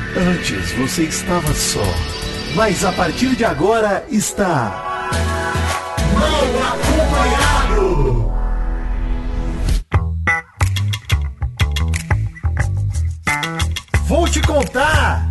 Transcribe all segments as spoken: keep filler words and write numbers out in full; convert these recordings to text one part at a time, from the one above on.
Antes você estava só, mas a partir de agora está mal acompanhado. Vou te contar.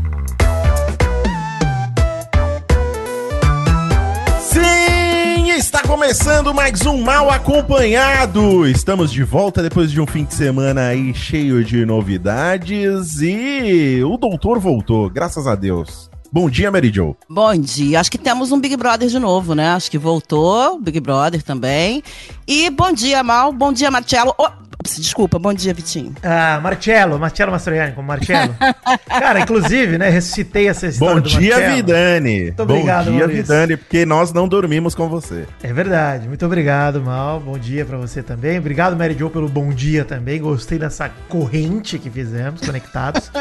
Sim, está começando mais um Mal Acompanhado. Estamos de volta depois de um fim de semana aí cheio de novidades e o doutor voltou, graças a Deus. Bom dia, Mary Jo. Bom dia. Acho que temos um Big Brother de novo, né? Acho que voltou o Big Brother também. E bom dia, Mal. Bom dia, Marcelo. Oh, desculpa, bom dia, Vitinho. Ah, Marcelo, Marcelo Mastroianni, como Marcelo. Cara, inclusive, né, ressuscitei essa história bom do dia, Marcelo. Vidani. Muito obrigado, bom dia, Maurício. Vidani, porque nós não dormimos com você. É verdade, muito obrigado, Mal. Bom dia pra você também. Obrigado, Mary Jo, pelo bom dia também. Gostei dessa corrente que fizemos, conectados.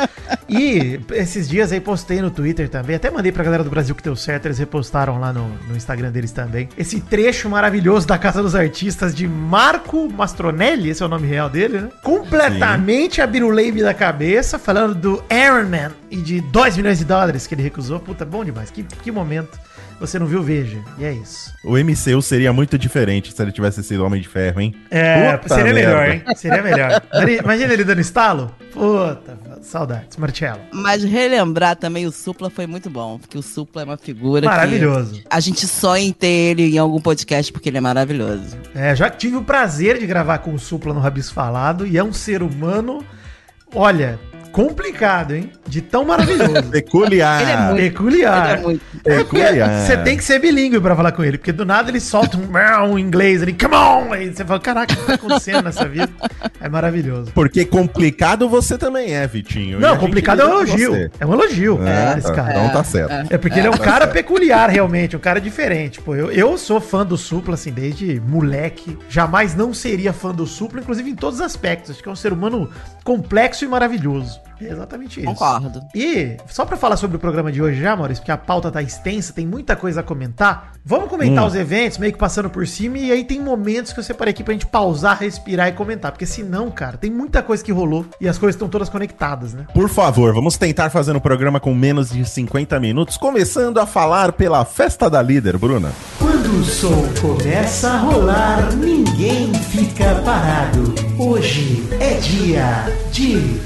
E esses dias aí postei no Twitter também, até mandei pra galera do Brasil que deu certo, eles repostaram lá no, no Instagram deles também. Esse trecho maravilhoso da Casa dos Artistas de Marco Mastronelli, esse é o nome real dele, né? Completamente a biruleibe da cabeça, falando do Iron Man e de dois milhões de dólares que ele recusou. Puta, bom demais. Que, que momento. Você não viu, veja. E é isso. O M C U seria muito diferente se ele tivesse sido Homem de Ferro, hein? É, Puta seria merda. melhor, hein? Seria melhor. Imagina ele dando estalo. Puta, saudades. Marcelo. Mas relembrar também o Supla foi muito bom, porque o Supla é uma figura Maravilhoso. que a gente sonha em ter ele em algum podcast, porque ele é maravilhoso. É, já tive o prazer de gravar com o Supla no Rabisco Falado e é um ser humano, olha, complicado, hein? De tão maravilhoso. Peculiar. Ele é muito- Peculiar. Ele é muito... É porque Peculiar. você tem que ser bilíngue pra falar com ele, porque do nada ele solta um meow em inglês, ele, come on! Aí você fala, caraca, o que tá acontecendo nessa vida? É maravilhoso. Porque complicado você também é, Vitinho. E a Não, gente complicado é um lida com elogio. você. É um elogio, É, esse cara. então tá certo. É porque ele é um cara peculiar, realmente, um cara diferente. Pô, eu, eu sou fã do Supla, assim, desde moleque. Jamais não seria fã do Supla, inclusive em todos os aspectos. Acho que é um ser humano complexo e maravilhoso. É exatamente isso. Concordo. E, só pra falar sobre o programa de hoje já, Maurício, porque a pauta tá extensa, tem muita coisa a comentar. Vamos comentar Hum. os eventos, meio que passando por cima, e aí tem momentos que eu separei aqui pra gente pausar, respirar e comentar. Porque senão, cara, tem muita coisa que rolou e as coisas estão todas conectadas, né? Por favor, vamos tentar fazer um programa com menos de cinquenta minutos, começando a falar pela Festa da Líder, Bruna. Quando o som começa a rolar, ninguém fica parado. Hoje é dia de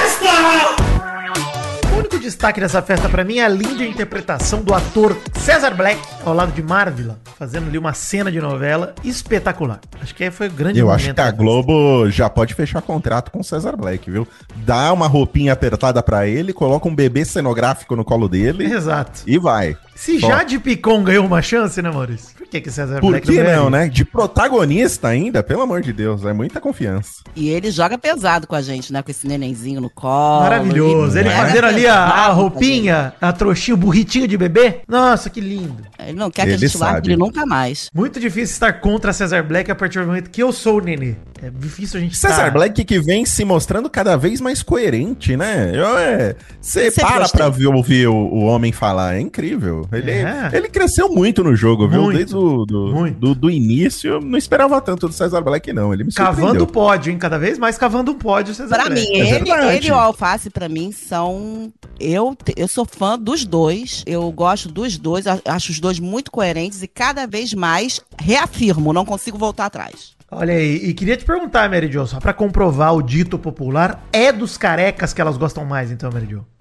O único destaque dessa festa pra mim é a linda interpretação do ator César Black ao lado de Marvila, fazendo ali uma cena de novela espetacular. Acho que foi o grande Eu momento acho que a da Globo já pode fechar contrato com o César Black, viu? Dá uma roupinha apertada pra ele, coloca um bebê cenográfico no colo dele Exato. e vai. Se Só. já de Picon ganhou uma chance, né, Maurício? Por que que César Por Black que ganharia? não, né? De protagonista ainda, pelo amor de Deus, é muita confiança. E ele joga pesado com a gente, né? Com esse nenenzinho no colo. Maravilhoso. Ele é fazendo ali a, a pesado, roupinha, a trouxinha, o burritinho de bebê. Nossa, que lindo. Ele não quer que Ele a gente largue sabe. ele nunca mais. Muito difícil estar contra César Black a partir do momento que eu sou o Nenê. É difícil a gente César estar... Black que vem se mostrando cada vez mais coerente, né? Você Sempre para gostei. pra ver- ouvir o, o homem falar, é incrível. Ele, É. ele cresceu muito no jogo, viu? Muito, Desde o do, muito. do, do início, eu não esperava tanto do César Black, não. Ele me Cavando o surpreendeu. pódio, hein? Cada vez mais cavando um pódio, César Pra Black. mim, é ele, verdade. ele e o Alface, pra mim, são... Eu, te- eu sou fã dos dois, eu gosto dos dois, a- acho os dois muito coerentes e cada vez mais reafirmo, não consigo voltar atrás. Olha aí, e queria te perguntar, Mary Jo, só pra comprovar o dito popular, é dos carecas que elas gostam mais, então, Mary Jo?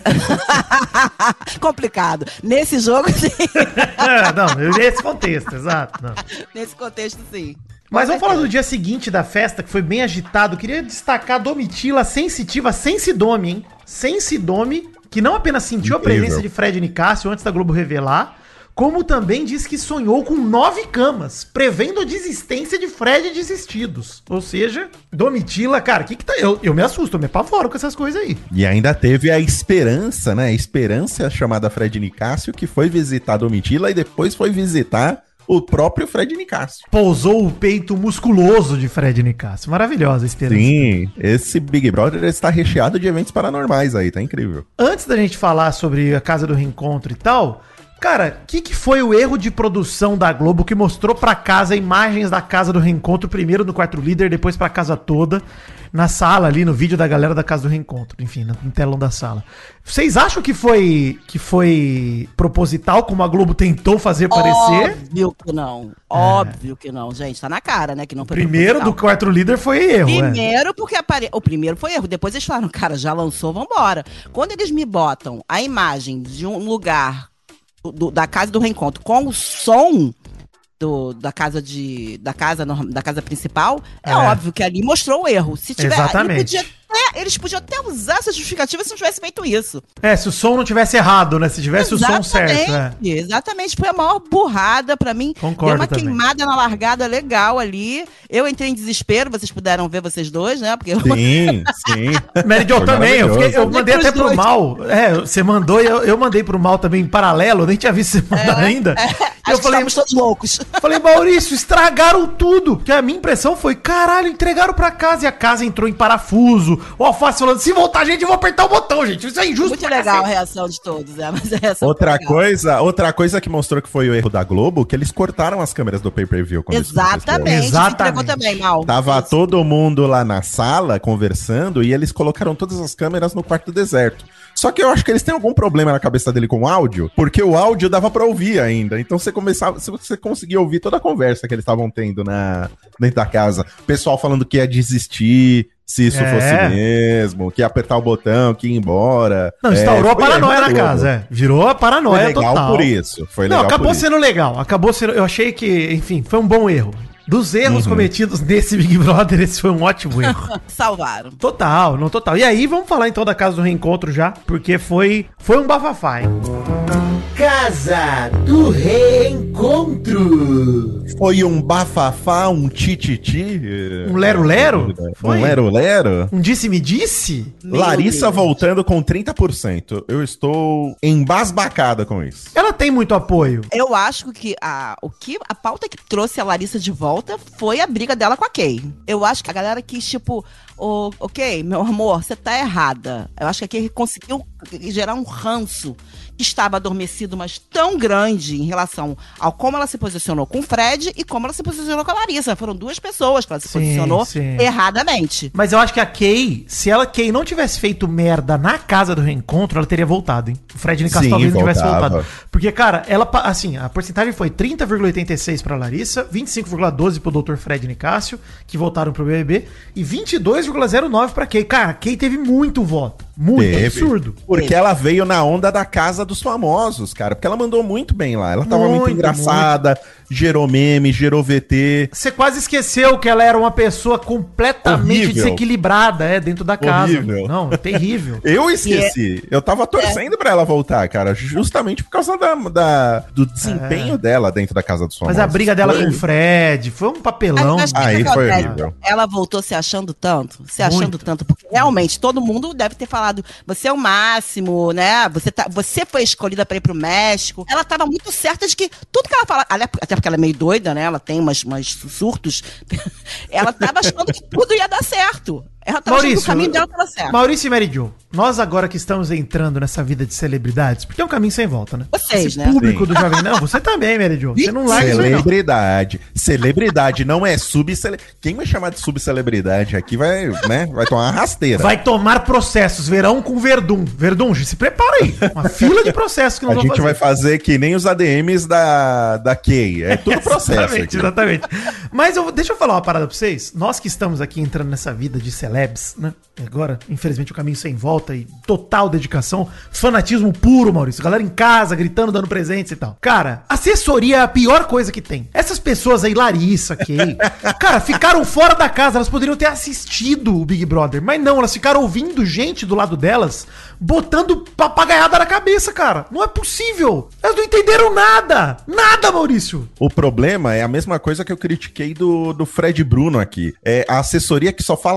Complicado. Nesse jogo, sim. Ah, não, nesse contexto, exato. Não. Nesse contexto, sim. Mas Com vamos falar do certeza. dia seguinte da festa, que foi bem agitado. Queria destacar a Domitila sensitiva, Sensidome, hein? Sensidome, que não apenas sentiu a Incrível. presença de Fred Nicásio antes da Globo revelar, como também disse que sonhou com nove camas, prevendo a desistência de Fred desistidos. Ou seja, Domitila, cara, que que tá... Eu, eu me assusto, eu me apavoro com essas coisas aí. E ainda teve a Esperança, né? A Esperança chamada Fred Nicásio, que foi visitar a Domitila e depois foi visitar o próprio Fred Nicásio. Pousou o peito musculoso de Fred Nicásio. Maravilhosa a esperança. Sim, esse Big Brother está recheado de eventos paranormais aí, tá incrível. Antes da gente falar sobre a Casa do Reencontro e tal, Cara, o que, que foi o erro de produção da Globo que mostrou pra casa imagens da casa do reencontro, primeiro no quarto líder, depois pra casa toda, na sala ali, no vídeo da galera da casa do reencontro, enfim, no telão da sala. Vocês acham que foi, que foi proposital, como a Globo tentou fazer parecer? Óbvio que não. Óbvio que não, gente. Tá na cara, né? Que não foi Primeiro do proposital. quarto líder foi erro, Primeiro é. porque apare... O primeiro foi erro. Depois eles falaram, cara, já lançou, vambora. Quando eles me botam a imagem de um lugar do, do, da casa do reencontro com o som do, da casa de da casa da casa principal, é, é óbvio que ali mostrou o erro. Se tiver, exatamente. Ele podia até, eles podiam até usar essa justificativa se não tivesse feito isso. É, se o som não tivesse errado, né? Se tivesse exatamente, o som certo. É. Exatamente. Foi a maior burrada pra mim. Concordo. Deu uma também. queimada na largada legal ali. Eu entrei em desespero, vocês puderam ver vocês dois, né? Porque eu... Sim, sim. Mary Jo também, eu, fiquei, eu mandei até pro dois. Mal. É, você mandou e eu, eu mandei pro Mal também em paralelo, eu nem tinha visto você mandar é, ainda. É, eu acho falei, que todos loucos. Falei, Maurício, estragaram tudo. Porque a minha impressão foi, caralho, entregaram pra casa e a casa entrou em parafuso. O Alface falando, se voltar, gente, eu vou apertar o botão, gente. Isso é injusto. Muito legal cacete. A reação de todos, é, mas a reação outra coisa, outra coisa que mostrou que foi o erro da Globo, que eles cortaram as câmeras do pay-per-view. Exatamente. Exatamente. Também, Mal. Tava isso. Todo mundo lá na sala conversando e eles colocaram todas as câmeras no quarto deserto. Só que eu acho que eles têm algum problema na cabeça dele com o áudio, porque o áudio dava pra ouvir ainda. Então você começava, se você conseguia ouvir toda a conversa que eles estavam tendo na, dentro da casa. O pessoal falando que ia desistir, se isso é. fosse mesmo, que ia apertar o botão, que ia embora. Não, instaurou é, a paranoia na casa, é. Virou a paranoia total. Foi legal total. por isso. Foi Não, legal acabou por sendo isso. legal. Acabou sendo. Eu achei que, enfim, foi um bom erro. Dos erros uhum. cometidos nesse Big Brother, esse foi um ótimo erro. Salvaram. Total, não total. E aí, vamos falar então da Casa do Reencontro já, porque foi, foi um bafafá, hein? Casa do Reencontro. Foi um bafafá, um tititi. Um lero-lero? Um lero-lero? Um disse-me-disse? Larissa Deus. Voltando com trinta por cento. Eu estou embasbacada com isso. Ela tem muito apoio. Eu acho que a, o que a pauta que trouxe a Larissa de volta foi a briga dela com a Kay. Eu acho que a galera quis, tipo, oh, ok, meu amor, você tá errada. Eu acho que a Kay conseguiu gerar um ranço que estava adormecido, mas tão grande em relação ao como ela se posicionou com o Fred e como ela se posicionou com a Larissa. Foram duas pessoas que ela se sim, posicionou sim. erradamente. Mas eu acho que a Kay, se ela Kay não tivesse feito merda na Casa do Reencontro, ela teria voltado, hein? O Fred Nicastro talvez não tivesse voltado. Porque, cara, ela, assim, a porcentagem foi trinta vírgula oitenta e seis pra Larissa, vinte e cinco vírgula doze pro doutor Fred Nicásio, que voltaram pro B B B, e vinte e dois vírgula zero nove pra Kay. Cara, a Kay teve muito voto. Muito teve, absurdo. Porque teve. Ela veio na onda da Casa dos Famosos, cara. Porque ela mandou muito bem lá. Ela tava muito, muito engraçada, muito. Gerou meme, gerou V T. Você quase esqueceu que ela era uma pessoa completamente horrível. Desequilibrada, é, dentro da casa. Horrível. Não, terrível. Eu esqueci. É. Eu tava torcendo é. pra ela voltar, cara. Justamente por causa da, da, do desempenho é. dela dentro da Casa dos Famosos. Mas a briga dela foi. Com o Fred foi um papelão. Aí foi horrível. Ela voltou se achando tanto, se achando muito. Tanto, porque realmente todo mundo deve ter falado, você é o máximo, né? Você, tá, você foi escolhida pra ir pro México. Ela tava muito certa de que tudo que ela fala, até porque ela é meio doida, né? Ela tem umas, umas surtos. Ela tava achando que tudo ia dar certo. Ela tava Maurício, achando que o caminho dela tava certo. Maurício e Mary Jo, nós agora que estamos entrando nessa vida de celebridades, porque é um caminho sem volta, né? Vocês, Esse né? público Sim. do Jovem Não, você também, Mary Jo. Você não larga isso aí, não. Celebridade. Celebridade não é subcelebridade. Quem vai chamar de subcelebridade aqui vai, né? Vai tomar uma rasteira. Vai tomar processos, verão com Verdun. Verdun, se prepara aí. Uma fila de processos que nós A vamos gente fazer. vai fazer que nem os A D Ms da, da Kay. É tudo processo. Exatamente, aqui. exatamente. Mas eu, deixa eu falar uma parada pra vocês. Nós que estamos aqui entrando nessa vida de celebs, né? Agora, infelizmente, o caminho sem volta e total dedicação, fanatismo puro, Maurício. Galera em casa, gritando, dando presentes e tal. Cara, assessoria é a pior coisa que tem. Essas pessoas aí, Larissa, Kay, cara, ficaram fora da casa. Elas poderiam ter assistido o Big Brother, mas não, elas ficaram ouvindo gente do lado delas, botando papagaiada na cabeça, cara. Não é possível. Elas não entenderam nada. Nada, Maurício. O problema é a mesma coisa que eu critiquei do, do Fred Bruno aqui. É a assessoria que só fala sim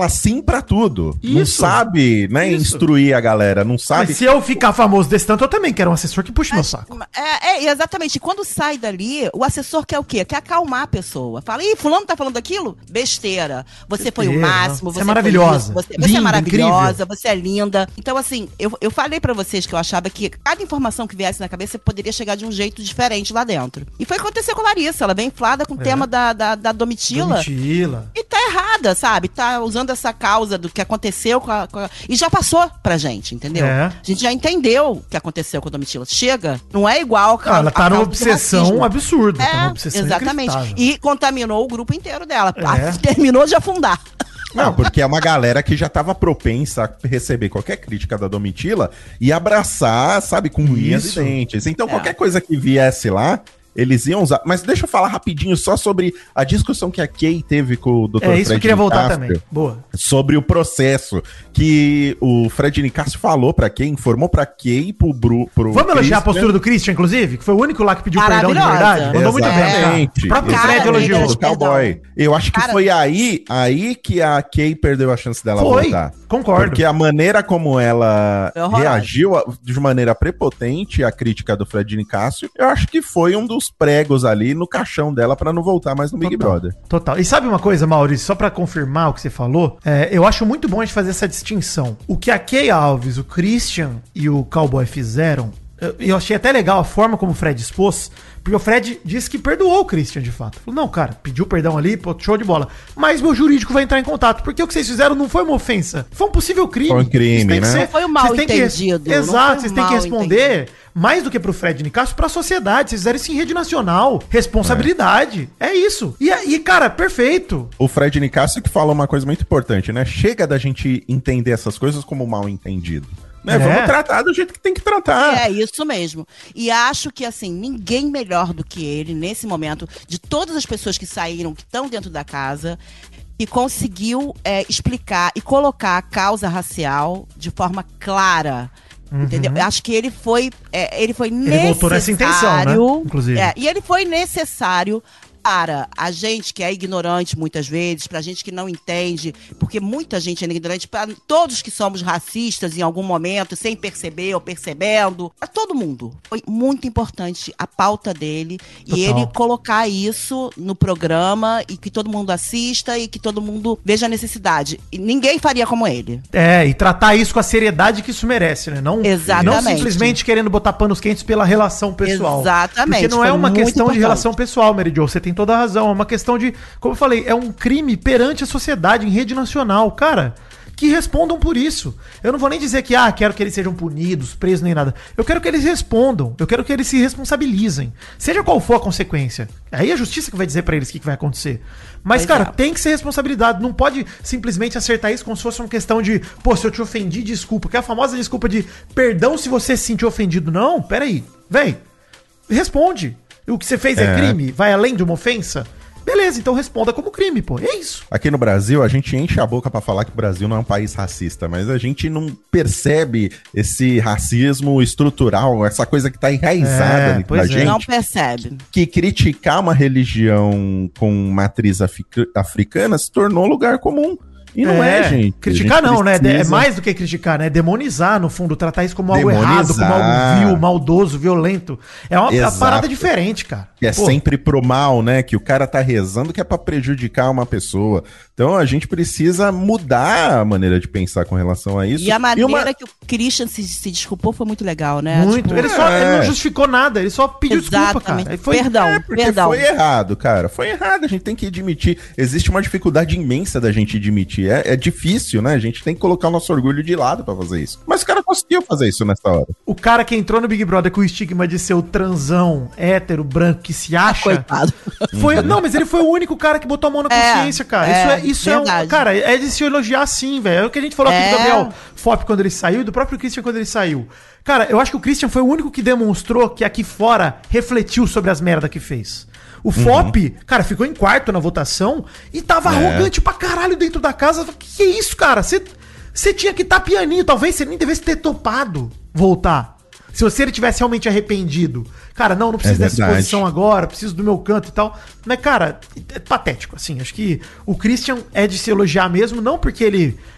pra tudo. Não Isso. sabe, né, Isso. instruir a galera, não sabe. Mas se eu ficar famoso desse tanto, eu também quero um assessor que puxe meu saco. É, é, exatamente. Quando sai dali, o assessor quer o quê? Quer acalmar a pessoa. Fala, ih, fulano tá falando aquilo? Besteira. Você foi o Besteira, máximo. você Você é maravilhosa. Isso, você, Linda, você é maravilhosa, incrível. você é linda. Então, assim, eu, eu falei pra vocês que eu achava que cada informação que viesse na cabeça poderia chegar de um jeito diferente lá dentro. E foi acontecer com a Larissa. Ela vem inflada com o É. tema da, da, da Domitila. Domitila. E tá errada, sabe? Tá usando essa causa do que aconteceu com a, com a... E já passou pra gente, entendeu? É. A gente já entendeu o que aconteceu com a Domitila. Chega, não é igual... Ah, ela tá a numa causa do obsessão racismo. absurda. tá numa É, obsessão exatamente. inacreditável. E contaminou o grupo inteiro dela. É. Terminou de afundar. Não, porque é uma galera que já tava propensa a receber qualquer crítica da Domitila e abraçar, sabe, com unhas Isso. e dentes. Então, É. qualquer coisa que viesse lá, eles iam usar. Mas deixa eu falar rapidinho só sobre a discussão que a Kay teve com o doutor É isso que eu queria voltar Nicásio também. Boa. sobre o processo que o Fred Nicásio falou pra Kay, informou pra Kay e pro Bru. Pro Vamos elogiar a Christian. postura do Christian, inclusive? Que foi o único lá que pediu perdão de Maravilhosa. verdade. Mandou muito bem, cara. Exatamente. O próprio Cara, Fred ele elogiou. pediu O cowboy. perdão. Eu acho que Cara- foi aí, aí que a Kay perdeu a chance dela Foi, voltar. concordo. Porque a maneira como ela Foi horrorosa. reagiu a- de maneira prepotente à crítica do Fred Nicásio, eu acho que foi um dos pregos ali no caixão dela pra não voltar mais no Big Total, Brother. Total. E sabe uma coisa, Maurício, só pra confirmar o que você falou, é, eu acho muito bom a gente fazer essa distinção. O que a Kay Alves, o Christian e o Cowboy fizeram, eu, eu achei até legal a forma como o Fred expôs, porque o Fred disse que perdoou o Christian, de fato. Falou, não, cara, pediu perdão ali, pô, show de bola. Mas meu jurídico vai entrar em contato, porque o que vocês fizeram não foi uma ofensa, foi um possível crime. Foi um crime, Vocês têm que né? ser- Foi um mal vocês têm que res- entendido, não Exato, foi vocês um têm que mal responder mais do que pro Fred Nicásio, pra sociedade. Vocês fizeram isso em rede nacional. Responsabilidade. É, isso. E, e, cara, perfeito. O Fred Nicásio que falou uma coisa muito importante, né? Chega da gente entender essas coisas como mal entendido. Né? É. Vamos tratar do jeito que tem que tratar. É isso mesmo. E acho que, assim, ninguém melhor do que ele, nesse momento, de todas as pessoas que saíram, que estão dentro da casa, e conseguiu é, explicar e colocar a causa racial de forma clara. Entendeu? Eu acho que ele foi, é, ele foi necessário. Ele voltou nessa intenção, né? Inclusive. É, e ele foi necessário para a gente que é ignorante muitas vezes, para a gente que não entende, porque muita gente é ignorante, para todos que somos racistas em algum momento, sem perceber ou percebendo, para todo mundo. Foi muito importante a pauta dele Total. e ele colocar isso no programa e que todo mundo assista e que todo mundo veja a necessidade. E ninguém faria como ele. É, e tratar isso com a seriedade que isso merece, né? Não, Exatamente. não simplesmente querendo botar panos quentes pela relação pessoal. Exatamente, Porque não é foi uma muito questão de importante. relação pessoal, Mary Jo, você tem toda a razão. É uma questão de, como eu falei, é um crime perante a sociedade, em rede nacional. Cara, que respondam por isso. Eu não vou nem dizer que, ah, quero que eles sejam punidos, presos, nem nada. Eu quero que eles respondam. Eu quero que eles se responsabilizem. Seja qual for a consequência. Aí é a justiça que vai dizer pra eles o que que vai acontecer. Mas, Pois cara, é. tem que ser responsabilidade. Não pode simplesmente acertar isso como se fosse uma questão de, pô, se eu te ofendi, desculpa. Que é a famosa desculpa de perdão se você se sentiu ofendido. Não, peraí. Vem, responde. O que você fez é, É. crime? Vai além de uma ofensa? Beleza, então responda como crime, pô. É isso. Aqui no Brasil, a gente enche a boca pra falar que o Brasil não é um país racista, mas a gente não percebe esse racismo estrutural, essa coisa que tá enraizada É, dentro pois da é. gente. Não percebe. Que criticar uma religião com matriz africa- africana se tornou lugar comum. E não é, gente. Criticar A gente não, né? É precisa- mais do que criticar, né? Demonizar, no fundo, tratar isso como algo errado, como Demonizar. algo vil, maldoso, violento. É uma, uma Exato. parada diferente, cara. Que é Pô, sempre pro mal, né? Que o cara tá rezando que é pra prejudicar uma pessoa. Então a gente precisa mudar a maneira de pensar com relação a isso. E a maneira uma- que o Christian se, se desculpou foi muito legal, né? Muito. Tipo, ele, só, é. ele não justificou nada, ele só pediu desculpa, Exatamente. cara. Ele foi, Perdão, É, porque perdão. foi errado, cara. Foi errado, a gente tem que admitir. Existe uma dificuldade imensa da gente admitir. É, é difícil, né? A gente tem que colocar o nosso orgulho de lado pra fazer isso. Mas o cara conseguiu fazer isso nessa hora. O cara que entrou no Big Brother com o estigma de ser o transão, hétero, branco, que se acha. Coitado. Foi, não, mas ele foi o único cara que botou a mão na É, consciência, cara. é, isso é, isso é um. verdade. Cara, é de se elogiar sim, velho. É o que a gente falou aqui É. do Gabriel Fop quando ele saiu e do próprio Christian quando ele saiu. Cara, eu acho que o Christian foi o único que demonstrou que aqui fora refletiu sobre as merdas que fez. O Fop, cara, ficou em quarto na votação e tava É. arrogante pra caralho dentro da casa. Que que é isso, cara? Você você tinha que estar pianinho. Talvez você nem devesse ter topado voltar. Se você ele tivesse realmente arrependido. Cara, não, não preciso É dessa verdade. exposição agora, preciso do meu canto e tal. Mas, cara, é patético, assim. Acho que o Christian é de se elogiar mesmo, não porque ele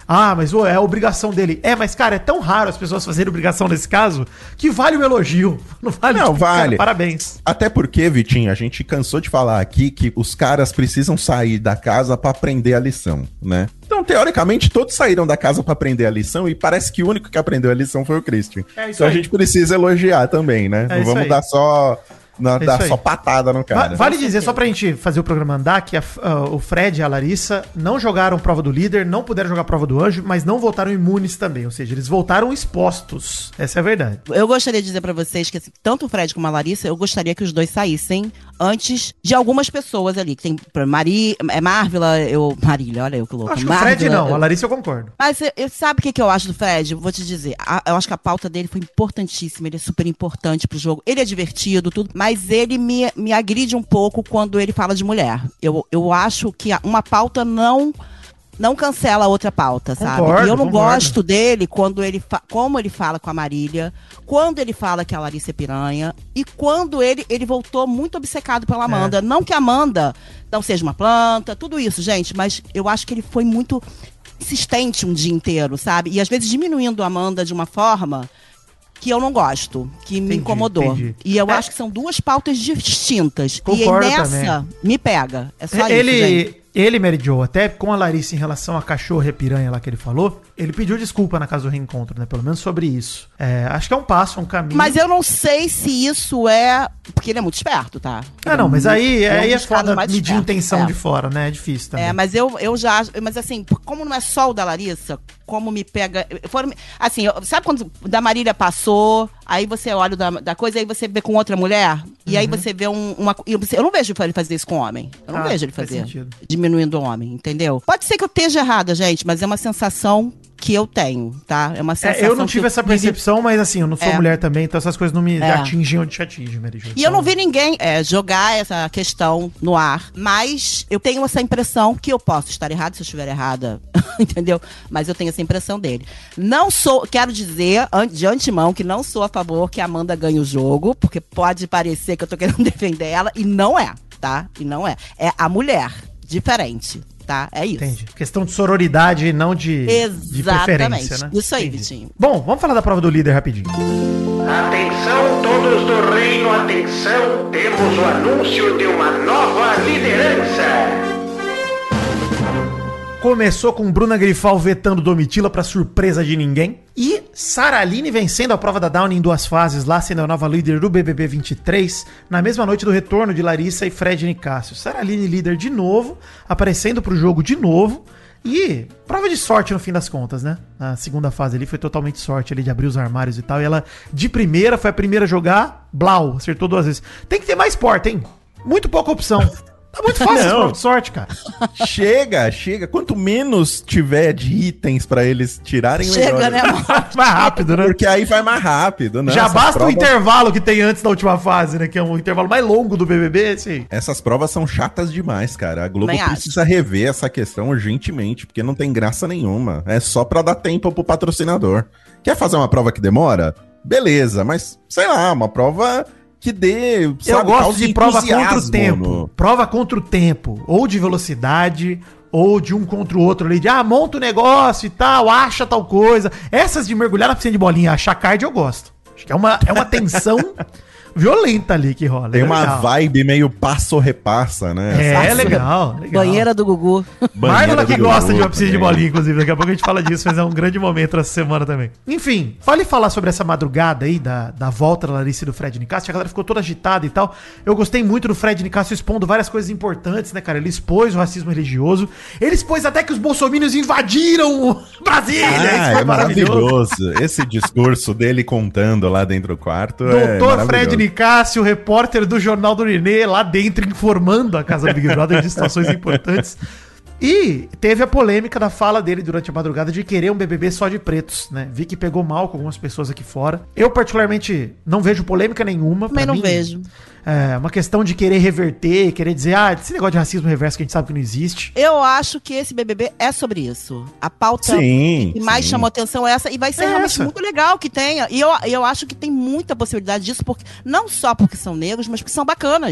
Ah, mas ô, é a obrigação dele. É, mas, cara, é tão raro as pessoas fazerem obrigação nesse caso que vale o elogio. Não vale. Não, tipo, vale. Cara, parabéns. Até porque, Vitinho, a gente cansou de falar aqui que os caras precisam sair da casa pra aprender a lição, né? Então, teoricamente, todos saíram da casa pra aprender a lição e parece que o único que aprendeu a lição foi o Christian. É isso então aí. a gente precisa elogiar também, né? É Não isso vamos aí. dar só... Não, É dá isso aí. só patada no cara. Va- Vale dizer, só pra gente fazer o programa andar, que a- a- o Fred e a Larissa não jogaram prova do líder, não puderam jogar prova do anjo, mas não voltaram imunes também. Ou seja, eles voltaram expostos. Essa é a verdade. Eu gostaria de dizer pra vocês que assim, tanto o Fred como a Larissa, eu gostaria que os dois saíssem antes de algumas pessoas ali. Que tem pra Mari, é Marvila, eu. Marília, olha eu que louco. Acho que o Fred Marvila, não, eu- a Larissa eu concordo. Mas eu, eu- sabe o que, que eu acho do Fred? Eu vou te dizer. A- eu acho que a pauta dele foi importantíssima. Ele é super importante pro jogo. Ele é divertido, tudo. Mas ele me, me agride um pouco quando ele fala de mulher. Eu, eu acho que a- uma pauta não. Não cancela a outra pauta, sabe? Concordo, E eu não concordo. gosto dele quando ele fa- como ele fala com a Marília, quando ele fala que a Larissa é piranha e quando ele, ele voltou muito obcecado pela Amanda. Não que a Amanda não seja uma planta, tudo isso, gente, mas eu acho que ele foi muito insistente um dia inteiro, sabe? E às vezes diminuindo a Amanda de uma forma que eu não gosto, que me Entendi, incomodou. entendi. E eu É. acho que são duas pautas distintas. Concordo e nessa, também. me pega. É só ele, isso, gente. ele, Mary Jo, até com a Larissa em relação à cachorra e piranha lá que ele falou, ele pediu desculpa na casa do reencontro, né? Pelo menos sobre isso. É, acho que é um passo, é um caminho. Mas eu não sei se isso é. Porque ele é muito esperto, tá? Ah, não, mas aí, Ele aí um é dos caras foda mais medir espertos. intenção É. de fora, né? É difícil também. É, mas eu, eu já. acho- Mas assim, como não é só o da Larissa, como me pega. Foram, assim, eu- sabe quando o da Marília passou, aí você olha o da, da coisa, aí você vê com outra mulher, e aí você vê um, uma. e Eu, eu não vejo ele fazer isso com homem. Eu não Ah, vejo ele faz fazer. sentido. Diminuindo o homem, entendeu? Pode ser que eu esteja errada, gente, mas é uma sensação que eu tenho, tá? É uma sensação. É, eu não que tive essa vivi- percepção, mas assim, eu não sou É. mulher também, então essas coisas não me É. atingem onde te atingem, Mary Jo. E eu não vi ninguém é, jogar essa questão no ar, mas eu tenho essa impressão que eu posso estar errada se eu estiver errada, entendeu? Mas eu tenho essa impressão dele. Não sou, quero dizer an- de antemão que não sou a favor que a Amanda ganhe o jogo, porque pode parecer que eu tô querendo defender ela, e não é, tá? E não é. É a mulher, diferente, tá? É isso. Entendi. Questão de sororidade e não de, de Exatamente. preferência, né? Isso aí, Entendi. Vitinho. Bom, vamos falar da prova do líder rapidinho. Atenção todos do reino, atenção, temos o anúncio de uma nova liderança. Começou com Bruna Grifal vetando Domitila pra surpresa de ninguém. E Sara Aline vencendo a prova da Downing em duas fases lá, sendo a nova líder do B B B vinte e três, na mesma noite do retorno de Larissa e Fred Nicásio. Sara Aline líder de novo, aparecendo pro jogo de novo. E prova de sorte no fim das contas, né? Na segunda fase ali foi totalmente sorte ali de abrir os armários e tal. E ela, de primeira, foi a primeira a jogar, blau, acertou duas vezes. Tem que ter mais porta, hein? Muito pouca opção. Tá muito fácil essa Não. prova de sorte, cara. Chega, chega. Quanto menos tiver de itens pra eles tirarem, Chega, né, amor? Mais rápido, né? Porque aí vai mais rápido, né? Já Essas basta o provas- intervalo que tem antes da última fase, né? Que é um intervalo mais longo do B B B, assim. Essas provas são chatas demais, cara. A Globo Também acho. precisa rever essa questão urgentemente, porque não tem graça nenhuma. É só pra dar tempo pro patrocinador. Quer fazer uma prova que demora? Beleza, mas sei lá, uma prova que dê. Eu sabe, gosto cause de prova contra o entusiasmo tempo. no- Prova contra o tempo. Ou de velocidade, ou de um contra o outro ali. De, ah, monta o negócio e tal, acha tal coisa. Essas de mergulhar na piscina de bolinha, achar card, eu gosto. Acho que é uma, é uma tensão violenta ali que rola. Tem é uma legal. vibe meio passo-repassa, né? É, Passa- legal, legal. Banheira do Gugu. Marlon que do gosta de Gugu uma piscina de também. bolinha, inclusive. Daqui a pouco a gente fala disso, mas é um grande momento essa semana também. Enfim, vale falar sobre essa madrugada aí, da, da volta da Larissa e do Fred Nicásio. A galera ficou toda agitada e tal. Eu gostei muito do Fred Nicásio expondo várias coisas importantes, né, cara? Ele expôs o racismo religioso. Ele expôs até que os bolsominions invadiram o Brasília. Isso Ah, foi é maravilhoso. Esse discurso dele contando lá dentro do quarto. é Doutor Fred maravilhoso. Nicásio, repórter do Jornal do Nenê, lá dentro informando a casa do Big Brother de situações importantes. E teve a polêmica da fala dele durante a madrugada de querer um B B B só de pretos, né? Vi que pegou mal com algumas pessoas aqui fora. Eu, particularmente, não vejo polêmica nenhuma. Também Pra não mim, vejo. É uma questão de querer reverter, querer dizer, ah, esse negócio de racismo reverso que a gente sabe que não existe. Eu acho que esse B B B é sobre isso. A pauta Sim. que mais sim. chamou atenção é essa, e vai ser É realmente essa. muito legal que tenha. E eu, eu acho que tem muita possibilidade disso, porque, não só porque são negros, mas porque são bacanas.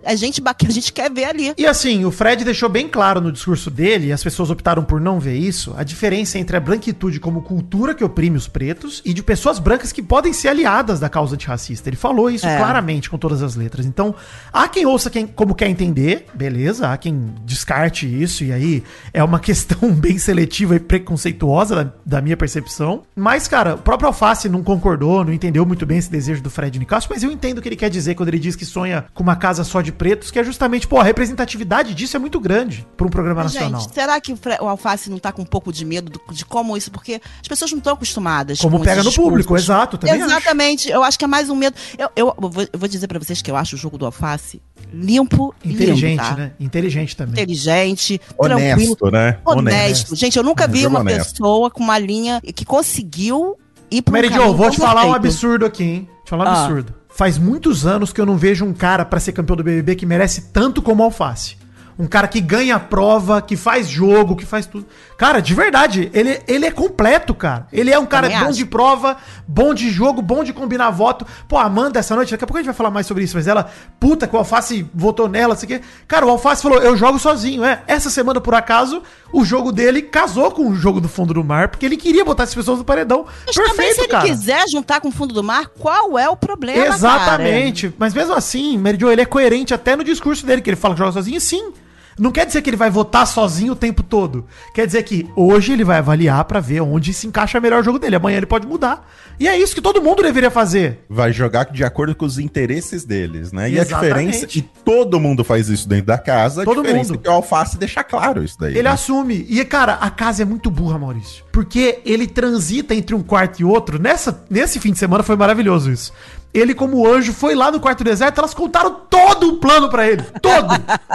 a gente, a gente quer ver ali. E assim, o Fred deixou bem claro no discurso dele, e as pessoas optaram por não ver isso, a diferença entre a branquitude como cultura que oprime os pretos e de pessoas brancas que podem ser aliadas da causa antirracista. Ele falou isso É. claramente com todas as letras. Então, há quem ouça quem, como quer entender, beleza, há quem descarte isso, e aí é uma questão bem seletiva e preconceituosa da, da minha percepção. Mas, cara, o próprio Alface não concordou, não entendeu muito bem esse desejo do Fred Nicásio, mas eu entendo o que ele quer dizer quando ele diz que sonha com uma casa só de pretos, que é justamente, pô, a representatividade disso é muito grande para um programa Mas, nacional. gente, será que o, Fre- o Alface não tá com um pouco de medo do- de como isso? Porque as pessoas não estão acostumadas Como com pega esses no público, discursos. exato, também acho. Exatamente. Eu acho que é mais um medo. Eu, eu, eu vou, eu vou dizer pra vocês que eu acho o jogo do Alface limpo e Inteligente, lindo, tá? né? Inteligente também. Inteligente, tranquilo. Honesto, né? Honesto. Gente, eu nunca Um vi jogo uma honesto. pessoa com uma linha que conseguiu ir pro Mary Jo, caminho vou te tão falar um perfeito. absurdo aqui, hein? Te falar um Ah. absurdo. Faz muitos anos que eu não vejo um cara pra ser campeão do B B B que merece tanto como o Alface. Um cara que ganha a prova, que faz jogo, que faz tudo. Cara, de verdade, ele, ele é completo, cara. Ele é um cara Também bom acho. de prova, bom de jogo, bom de combinar voto. Pô, a Amanda, essa noite, daqui a pouco a gente vai falar mais sobre isso, mas ela, puta, que o Alface votou nela, não sei o quê. Cara, o Alface falou, eu jogo sozinho, é. Essa semana, por acaso, o jogo dele casou com o jogo do fundo do mar, porque ele queria botar essas pessoas no paredão. Mas também, se Perfeito, ele cara. quiser juntar com o fundo do mar, qual é o problema, Exatamente. Mas mesmo assim, Mary Jo, ele é coerente até no discurso dele, que ele fala que joga sozinho, sim. Não quer dizer que ele vai votar sozinho o tempo todo. Quer dizer que hoje ele vai avaliar pra ver onde se encaixa melhor o jogo dele. Amanhã ele pode mudar. E é isso que todo mundo deveria fazer. Vai jogar de acordo com os interesses deles, né? E a Exatamente. diferença, e todo mundo faz isso dentro da casa, a Todo diferença mundo. é que o Alface deixa claro isso daí. Ele né? assume. E, cara, a casa é muito burra, Maurício. Porque ele transita entre um quarto e outro. Nessa, nesse fim de semana foi maravilhoso isso. Ele, como anjo, foi lá no quarto deserto, elas contaram todo o plano pra ele. Todo.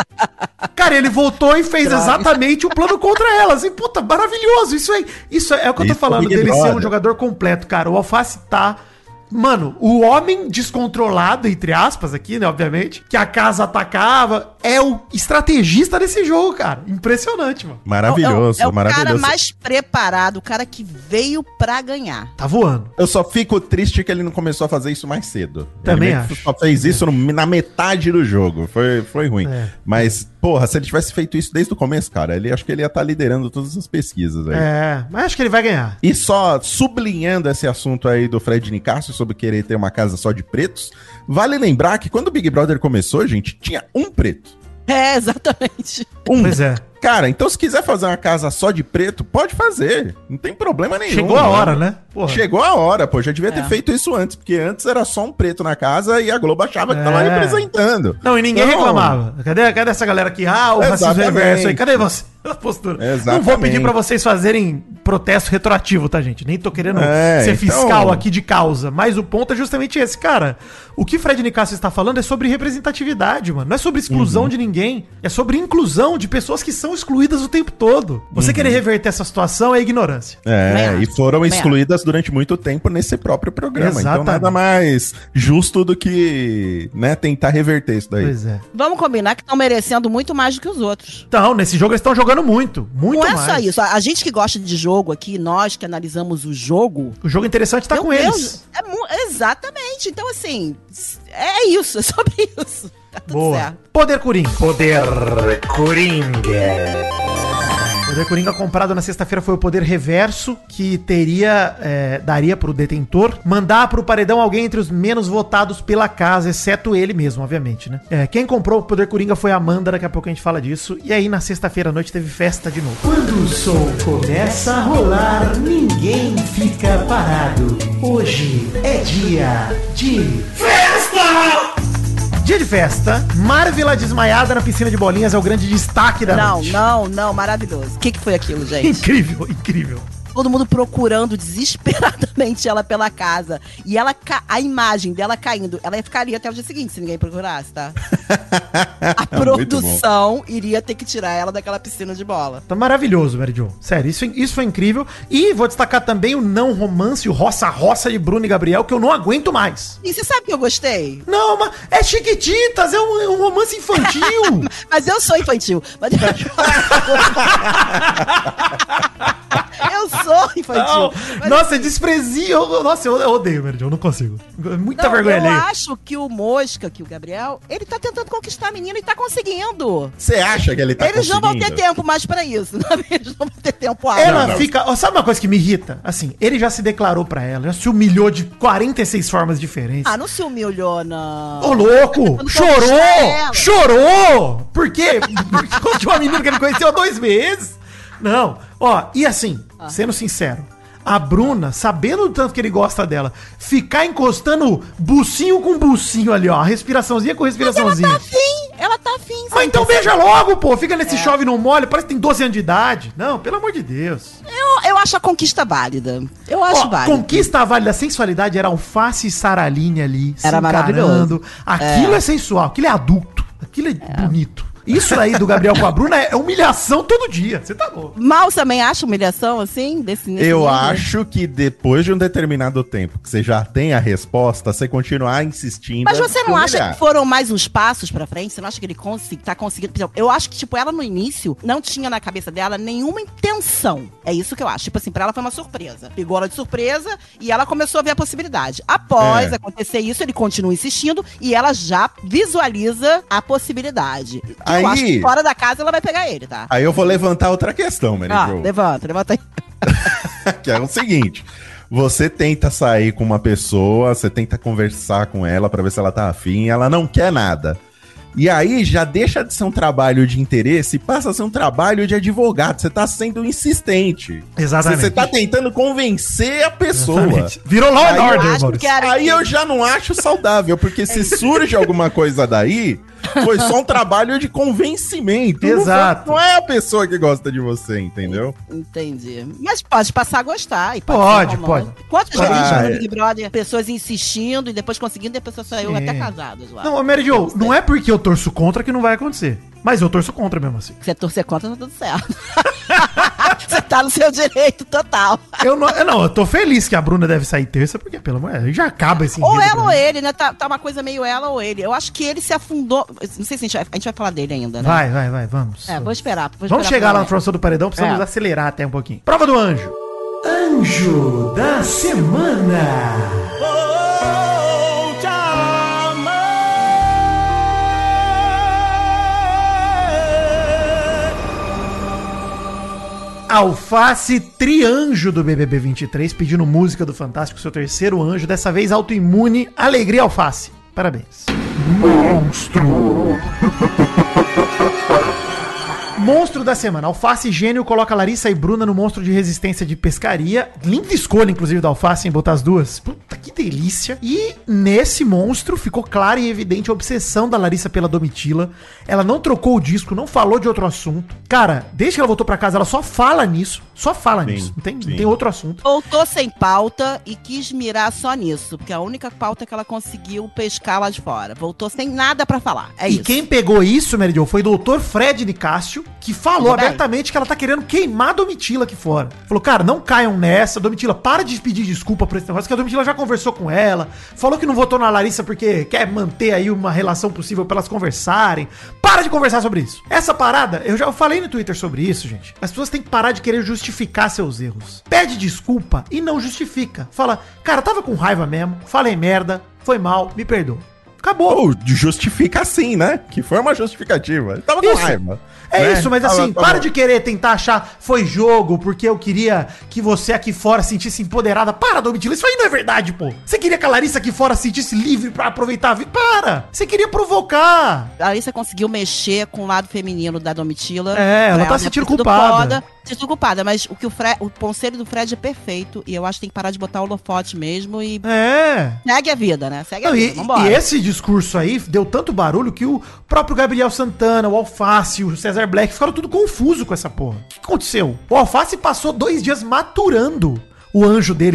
Cara, ele voltou e fez exatamente o plano contra elas. E, puta, maravilhoso. Isso aí. Isso é, é o que eu tô Isso, falando, Big dele ser um Brother. jogador completo, cara. O Alface tá... Mano, o homem descontrolado, entre aspas, aqui, né, obviamente, que a casa atacava, é o estrategista desse jogo, cara. Impressionante, mano. Maravilhoso, É, o- é o maravilhoso. cara mais preparado, o cara que veio pra ganhar. Tá voando. Eu só fico triste que ele não começou a fazer isso mais cedo. Também ele meio que acho. só fez isso no- na metade do jogo. Foi, foi ruim. É. Mas, porra, se ele tivesse feito isso desde o começo, cara, ele acho que ele ia estar liderando todas as pesquisas aí. É, mas acho que ele vai ganhar. E só sublinhando esse assunto aí do Fred Nicásio sobre querer ter uma casa só de pretos, vale lembrar que quando o Big Brother começou, gente, tinha um preto. É, exatamente. Um. Pois é. Cara, então se quiser fazer uma casa só de preto, pode fazer. Não tem problema nenhum. Chegou a hora, né? Porra. Chegou a hora, pô. Já devia ter É. feito isso antes, porque antes era só um preto na casa e a Globo achava que É. tava representando. Não, e ninguém Então, reclamava. Cadê, cadê essa galera aqui? Ah, o racismo Exatamente. reverso aí. Cadê você? A postura. Exatamente. Não vou pedir pra vocês fazerem protesto retroativo, tá, gente? Nem tô querendo É, ser então- fiscal aqui de causa. Mas o ponto é justamente esse, cara. O que Fred Nicásio está falando é sobre representatividade, mano. Não é sobre exclusão Uhum. de ninguém. É sobre inclusão de pessoas que são excluídas o tempo todo. Você Uhum. querer reverter essa situação é ignorância. É, Também e acho, foram também excluídas durante muito tempo nesse próprio programa. Então Exatamente. nada mais justo do que, né, tentar reverter isso daí. Pois é. Vamos combinar que estão merecendo muito mais do que os outros. Então, nesse jogo eles estão jogando muito. Muito Não é mais. só isso. A a gente que gosta de jogo aqui, nós que analisamos o jogo. O jogo interessante tá meu com Deus, eles. é mu- exatamente. Então, assim, é isso, é sobre isso. Tá tudo Boa. certo. Poder Coringa. Poder Coringa. Poder Coringa comprado na sexta-feira foi o poder reverso, que teria, é, daria pro detentor mandar pro paredão alguém entre os menos votados pela casa, exceto ele mesmo, obviamente, né? É, quem comprou o poder Coringa foi a Amanda, daqui a pouco a gente fala disso. E aí, na sexta-feira à noite, teve festa de novo. Quando o som começa a rolar, ninguém fica parado. Hoje é dia de Dia de festa, Marvila desmaiada na piscina de bolinhas é o grande destaque da Não, noite. não, não, maravilhoso. O que, que foi aquilo, gente? Incrível, incrível. Todo mundo procurando desesperadamente ela pela casa. E ela, ca- a imagem dela caindo, ela ia ficar ali até o dia seguinte, se ninguém procurasse, tá? A produção iria ter que tirar ela daquela piscina de bola. Tá maravilhoso, Mary Jo. Sério, isso, isso foi incrível. E vou destacar também o não romance, o roça-roça de Bruno e Gabriel, que eu não aguento mais. E você sabe que eu gostei? Não, mas é Chiquititas, é um, é um romance infantil. Mas eu sou infantil. Mas... Eu sou infantil. Não, Mas, nossa, é desprezível. Eu- Nossa, eu, eu odeio, Mary Jo, eu não consigo. Muita não, vergonha eu alheia. acho que o Mosca, que o Gabriel, ele tá tentando conquistar a menina e tá conseguindo. Você acha que ele tá Eles não conseguindo? vão ter tempo mais pra isso. Eles não vão ter tempo hábil. Ela não. fica. Ó, sabe uma coisa que me irrita? Assim, ele já se declarou pra ela, já se humilhou de quarenta e seis formas diferentes. Ah, não se humilhou, não. Ô, louco! tentando Chorou! conquistar ela. Chorou! Por quê? Porque contra uma menina que ele conheceu há dois meses? Não. Ó, e assim, Ah. sendo sincero, a Bruna, sabendo do tanto que ele gosta dela, ficar encostando bucinho com bucinho ali, ó, a respiraçãozinha com respiraçãozinha. Ela tá afim, ela tá afim. Mas então beija logo, pô. Fica nesse É. chove não molha, parece que tem doze anos de idade. Não, pelo amor de Deus. Eu, eu acho a conquista válida. Eu acho Ó, válida. conquista válida, a sensualidade era alface e Saraline ali, se Era encarando. maravilhoso. Aquilo é. É. sensual, aquilo é adulto, aquilo é, bonito. Isso aí do Gabriel com a Bruna é humilhação todo dia. Você tá louco. Mal também acha humilhação, assim? Desse, nesse Eu nível? acho que depois de um determinado tempo que você já tem a resposta, você continuar insistindo. Mas você não é acha humilhar. que foram mais uns passos pra frente? Você não acha que ele consegui, tá conseguindo? Por exemplo, eu acho que, tipo, ela no início não tinha na cabeça dela nenhuma intenção. É isso que eu acho. Tipo assim, pra ela foi uma surpresa. Pegou ela de surpresa e ela começou a ver a possibilidade. Após É. acontecer isso, ele continua insistindo e ela já visualiza a possibilidade. Que Aí- Eu acho que fora da casa ela vai pegar ele, tá? Aí eu vou levantar outra questão, Mary Ah, Jo. levanta, levanta aí. Que é o seguinte: você tenta sair com uma pessoa, você tenta conversar com ela pra ver se ela tá afim, ela não quer nada. E aí já deixa de ser um trabalho de interesse e passa a ser um trabalho de advogado. Você tá sendo insistente. Exatamente. Você tá tentando convencer a pessoa. Exatamente. Virou Law Aí and eu Order, acho Maurício. que era Aí eu já não acho saudável, porque se surge alguma coisa daí, foi só um trabalho de convencimento. Não foi- Exato. Não, é a pessoa que gosta de você, entendeu? Entendi. Mas pode passar a gostar. E Pode, ser romântico. Quantas Pode. vezes Ah, no é. Big Brother, pessoas insistindo e depois conseguindo, e a pessoa saiu Sim. até casadas lá. Não, Mary Jo, não é porque eu torço contra que não vai acontecer. Mas eu torço contra mesmo assim. Se você torcer contra, tá tudo certo. Você tá no seu direito total. Eu não, eu não, eu tô feliz que a Bruna deve sair terça, porque, pelo amor de Deus, já acaba esse Ou enredo ela pra ou mim. ele, né? Tá, tá uma coisa meio ela ou ele. Eu acho que ele se afundou. Não sei se a gente vai, a gente vai falar dele ainda, né? Vai, vai, vai, vamos. É, vou esperar. Vou Vamos esperar chegar pra lá ver. no formação do paredão, precisamos É. acelerar até um pouquinho. Prova do anjo. Anjo da semana. Alface Trianjo do B B B vinte e três, pedindo música do Fantástico, seu terceiro anjo, dessa vez autoimune, Alegria Alface. Parabéns. Monstro. Monstro da semana. Alface Gênio coloca Larissa e Bruna no monstro de resistência de pescaria. Linda escolha, inclusive, da Alface em botar as duas. Puta, que delícia. E nesse monstro ficou clara e evidente a obsessão da Larissa pela Domitila. Ela não trocou o disco, não falou de outro assunto. Cara, desde que ela voltou pra casa, ela só fala nisso. Só fala Sim, nisso. Não tem, sim. não tem outro assunto. Voltou sem pauta e quis mirar só nisso, porque a única pauta que ela conseguiu pescar lá de fora. Voltou sem nada pra falar. É e isso. quem pegou isso, Mary Jo, foi o doutor Fred Nicásio, que falou Tudo bem. abertamente que ela tá querendo queimar a Domitila aqui fora. Falou, cara, não caiam nessa. Domitila, para de pedir desculpa por esse negócio, que a Domitila já conversou com ela. Falou que não votou na Larissa porque quer manter aí uma relação possível pra elas conversarem. Para de conversar sobre isso. Essa parada, eu já eu falei no Twitter sobre isso, gente. As pessoas têm que parar de querer justificar seus erros. Pede desculpa e não justifica. Fala, cara, tava com raiva mesmo, falei merda, foi mal, me perdoa. Acabou. Ou justifica assim, né? Que foi uma justificativa. Ele tava com Isso. raiva. É né? isso, mas Tava- assim, tava- para de querer tentar achar foi jogo, porque eu queria que você aqui fora sentisse empoderada. Para, Domitila, isso aí não é verdade, pô. Você queria que a Larissa aqui fora sentisse livre pra aproveitar a vida. Para! Você queria provocar. A Larissa conseguiu mexer com o lado feminino da Domitila. É, ela Pra tá né, se sentindo ter sido culpada. foda, se sentindo culpada, mas o que o, Fre o conselho do Fred é perfeito e eu acho que tem que parar de botar o holofote mesmo e É. segue a vida, né? Segue a Não, vida, e, vambora. e esse discurso aí deu tanto barulho que o próprio Gabriel Santana, o Alface, o Cesar Black ficaram tudo confuso com essa porra. O que aconteceu? O Alface passou dois dias maturando o anjo dele que ele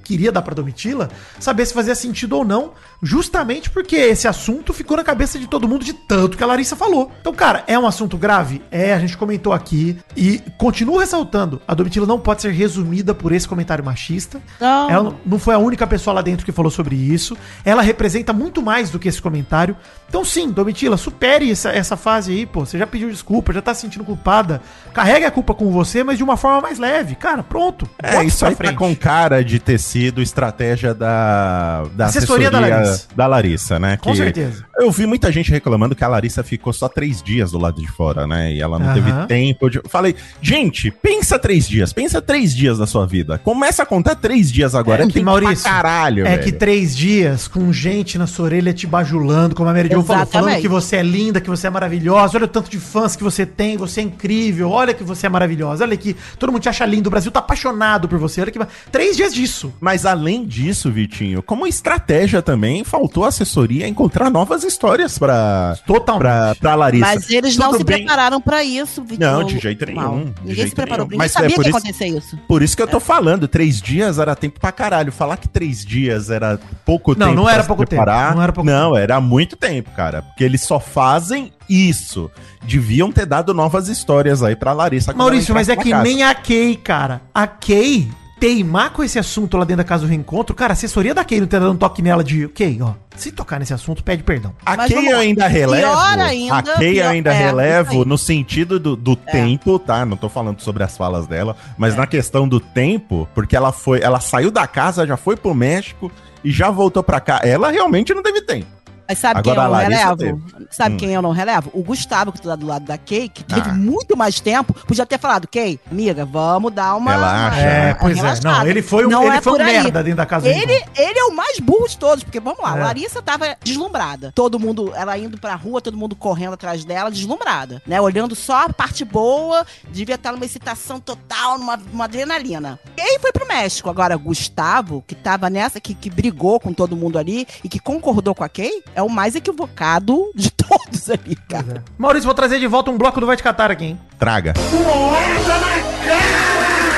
queria dar pra Domitila, saber se fazia sentido ou não, justamente porque esse assunto ficou na cabeça de todo mundo de tanto que a Larissa falou. Então, cara, é um assunto grave? É, a gente comentou aqui e continuo ressaltando, a Domitila não pode ser resumida por esse comentário machista. Não. Ela não foi a única pessoa lá dentro que falou sobre isso. Ela representa muito mais do que esse comentário. Então, sim, Domitila, supere essa, essa fase aí, pô. Você já pediu desculpa, já tá se sentindo culpada. Carregue a culpa com você, mas de uma forma mais leve. Cara, pronto. É, isso aí tá com cara de ter sido estratégia da, da assessoria, assessoria da, Larissa. da Larissa, né? Com que certeza. Eu vi muita gente reclamando que a Larissa ficou só três dias do lado de fora, né? E ela não uhum. teve tempo de... Falei, gente, pensa três dias. Pensa três dias da sua vida. Começa a contar três dias agora. É, é que, Maurício, pra caralho, É velho. que três dias com gente na sua orelha te bajulando, como a Mary Jo falou, falando que você é linda, que você é maravilhosa, olha o tanto de fãs que você tem, você é incrível, olha que você é maravilhosa, olha que todo mundo te acha lindo, o Brasil tá apaixonado por você, olha que... Três dias disso. Mas além disso, Vitinho, como estratégia também, faltou a assessoria encontrar novas histórias pra, pra, pra Larissa. Mas eles Tudo não se bem... prepararam pra isso, Vitinho. Não, de jeito nenhum. Mal. De Ninguém jeito se preparou. nenhum. Ninguém Mas sabia é que por ia isso, acontecer isso. Por isso que eu tô é. falando, três dias era tempo pra caralho. Falar que três dias era pouco não, tempo não era pouco preparar, tempo. Não era pouco Não, tempo. era muito tempo, cara. Porque eles só fazem isso. Deviam ter dado novas histórias aí pra Larissa. Maurício, mas é que casa. nem a Kay, cara. A Kay teimar com esse assunto lá dentro da casa do reencontro, cara, a assessoria da Kay não ter dado um toque nela de, ok, ó, se tocar nesse assunto, pede perdão. A Kay eu ainda relevo, ainda, a Kay eu ainda é, relevo no sentido do, do é. tempo, tá? Não tô falando sobre as falas dela, mas é. na questão do tempo, porque ela foi, ela saiu da casa, já foi pro México e já voltou pra cá. Ela realmente não teve tempo. Mas sabe Agora, quem eu não relevo? teve. Sabe hum. quem eu não relevo? O Gustavo, que tá do lado da Kay, que teve ah. muito mais tempo, podia ter falado, Kay, amiga, vamos dar uma... Relaxa. É, uma pois relaxada. é. Não, ele foi um, não ele é foi um merda aí. dentro da casa ele, ele é o mais burro de todos, porque vamos lá, é. a Larissa tava deslumbrada. Todo mundo, ela indo pra rua, todo mundo correndo atrás dela, deslumbrada, né? Olhando só a parte boa, devia estar numa excitação total, numa, numa adrenalina. E aí foi pro México. Agora, Gustavo, que tava nessa, que, que brigou com todo mundo ali e que concordou com a Kay, é o mais equivocado de todos ali, cara. É. Maurício, vou trazer de volta um bloco do Vai Te Catar aqui, hein? Traga. Bolada na cara!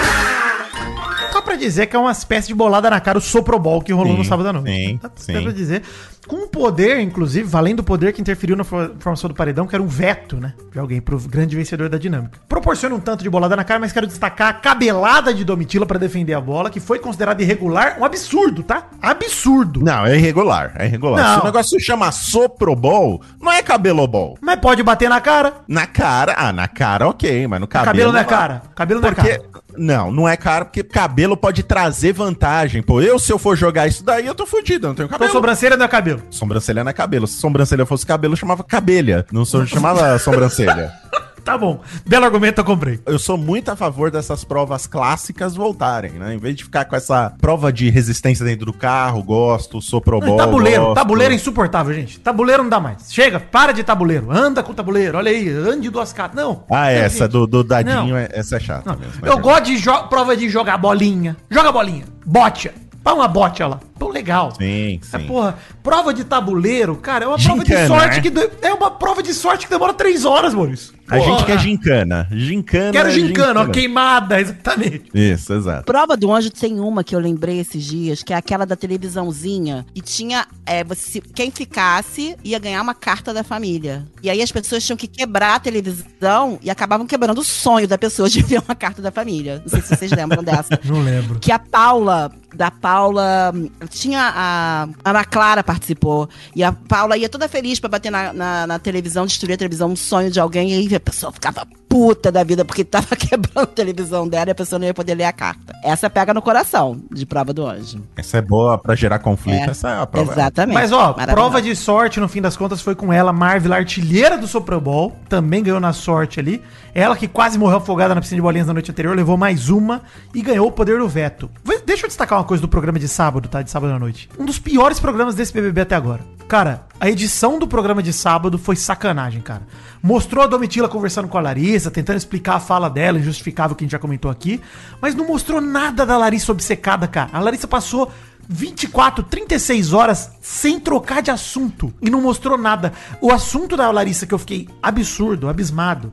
Só pra dizer que é uma espécie de bolada na cara, o Soprobol que rolou sim, no sábado à noite. Sim, Dá sim. pra dizer. Com um poder, inclusive, valendo o poder que interferiu na formação do paredão, que era um veto, né? De alguém pro grande vencedor da dinâmica. Proporciona um tanto de bolada na cara, mas quero destacar a cabelada de Domitila pra defender a bola, que foi considerada irregular. Um absurdo, tá? Absurdo. Não, é irregular. É irregular. Não. Se o negócio se chama soprobol, não é cabelobol. Mas pode bater na cara. Na cara, ah, na cara, ok, mas no cabelo. Cabelo não é cara. Cabelo não é porque, cara. Não, não é cara, porque cabelo pode trazer vantagem. Pô, eu, se eu for jogar isso daí, eu tô fudido, eu não tenho cabelo. Então sobrancelha não é cabelo. Sobrancelha não é cabelo. Se sobrancelha fosse cabelo, eu chamava cabelha. Não sou, chamava sobrancelha. Tá bom. Belo argumento, eu comprei. Eu sou muito a favor dessas provas clássicas voltarem, né? Em vez de ficar com essa prova de resistência dentro do carro, gosto, soprobol, Tabuleiro, gosto. tabuleiro é insuportável, gente. Tabuleiro não dá mais. Chega, para de tabuleiro. Anda com tabuleiro. Olha aí, ande de duas cartas. Não. Ah, não, essa gente. do, do dadinho, Não. é, essa é chata Não. mesmo. Eu gosto de jo- prova de jogar bolinha. Joga bolinha. Bote. Põe uma bote lá. Pô, legal. Sim, É, sim. porra, prova de tabuleiro, cara, é uma prova de Gincana, sorte né? que... de- É uma prova de sorte que demora três horas, Maurício. A gente Porra. quer gincana. Gincana. Quero é gincana, ó, queimada, exatamente. Isso, exato. Prova do Anjo tem uma que eu lembrei esses dias, que é aquela da televisãozinha. E tinha, é, você, quem ficasse ia ganhar uma carta da família. E aí as pessoas tinham que quebrar a televisão e acabavam quebrando o sonho da pessoa de ver uma carta da família. Não sei se vocês lembram dessa. Não lembro. Que a Paula, da Paula, tinha a, a Ana Clara participou, e a Paula ia toda feliz pra bater na, na, na televisão, destruir a televisão, um sonho de alguém, e aí a pessoa ficava puta da vida, porque tava quebrando a televisão dela e a pessoa não ia poder ler a carta. Essa pega no coração, de Prova do Anjo. Essa é boa pra gerar conflito, É, essa é a prova. Exatamente. Mas, ó, Maravilhoso. prova de sorte, no fim das contas, foi com ela, Marvel, artilheira do Soprobol, também ganhou na sorte ali. Ela que quase morreu afogada na piscina de bolinhas na noite anterior, levou mais uma e ganhou o poder do veto. Vai- Deixa eu destacar uma coisa do programa de sábado, tá? De sábado à noite. Um dos piores programas desse B B B até agora. Cara, a edição do programa de sábado foi sacanagem, cara. Mostrou a Domitila conversando com a Larissa, tentando explicar a fala dela, injustificável que a gente já comentou aqui, mas não mostrou nada da Larissa obcecada, cara. A Larissa passou vinte e quatro, trinta e seis horas sem trocar de assunto e não mostrou nada. O assunto da Larissa que eu fiquei absurdo, abismado,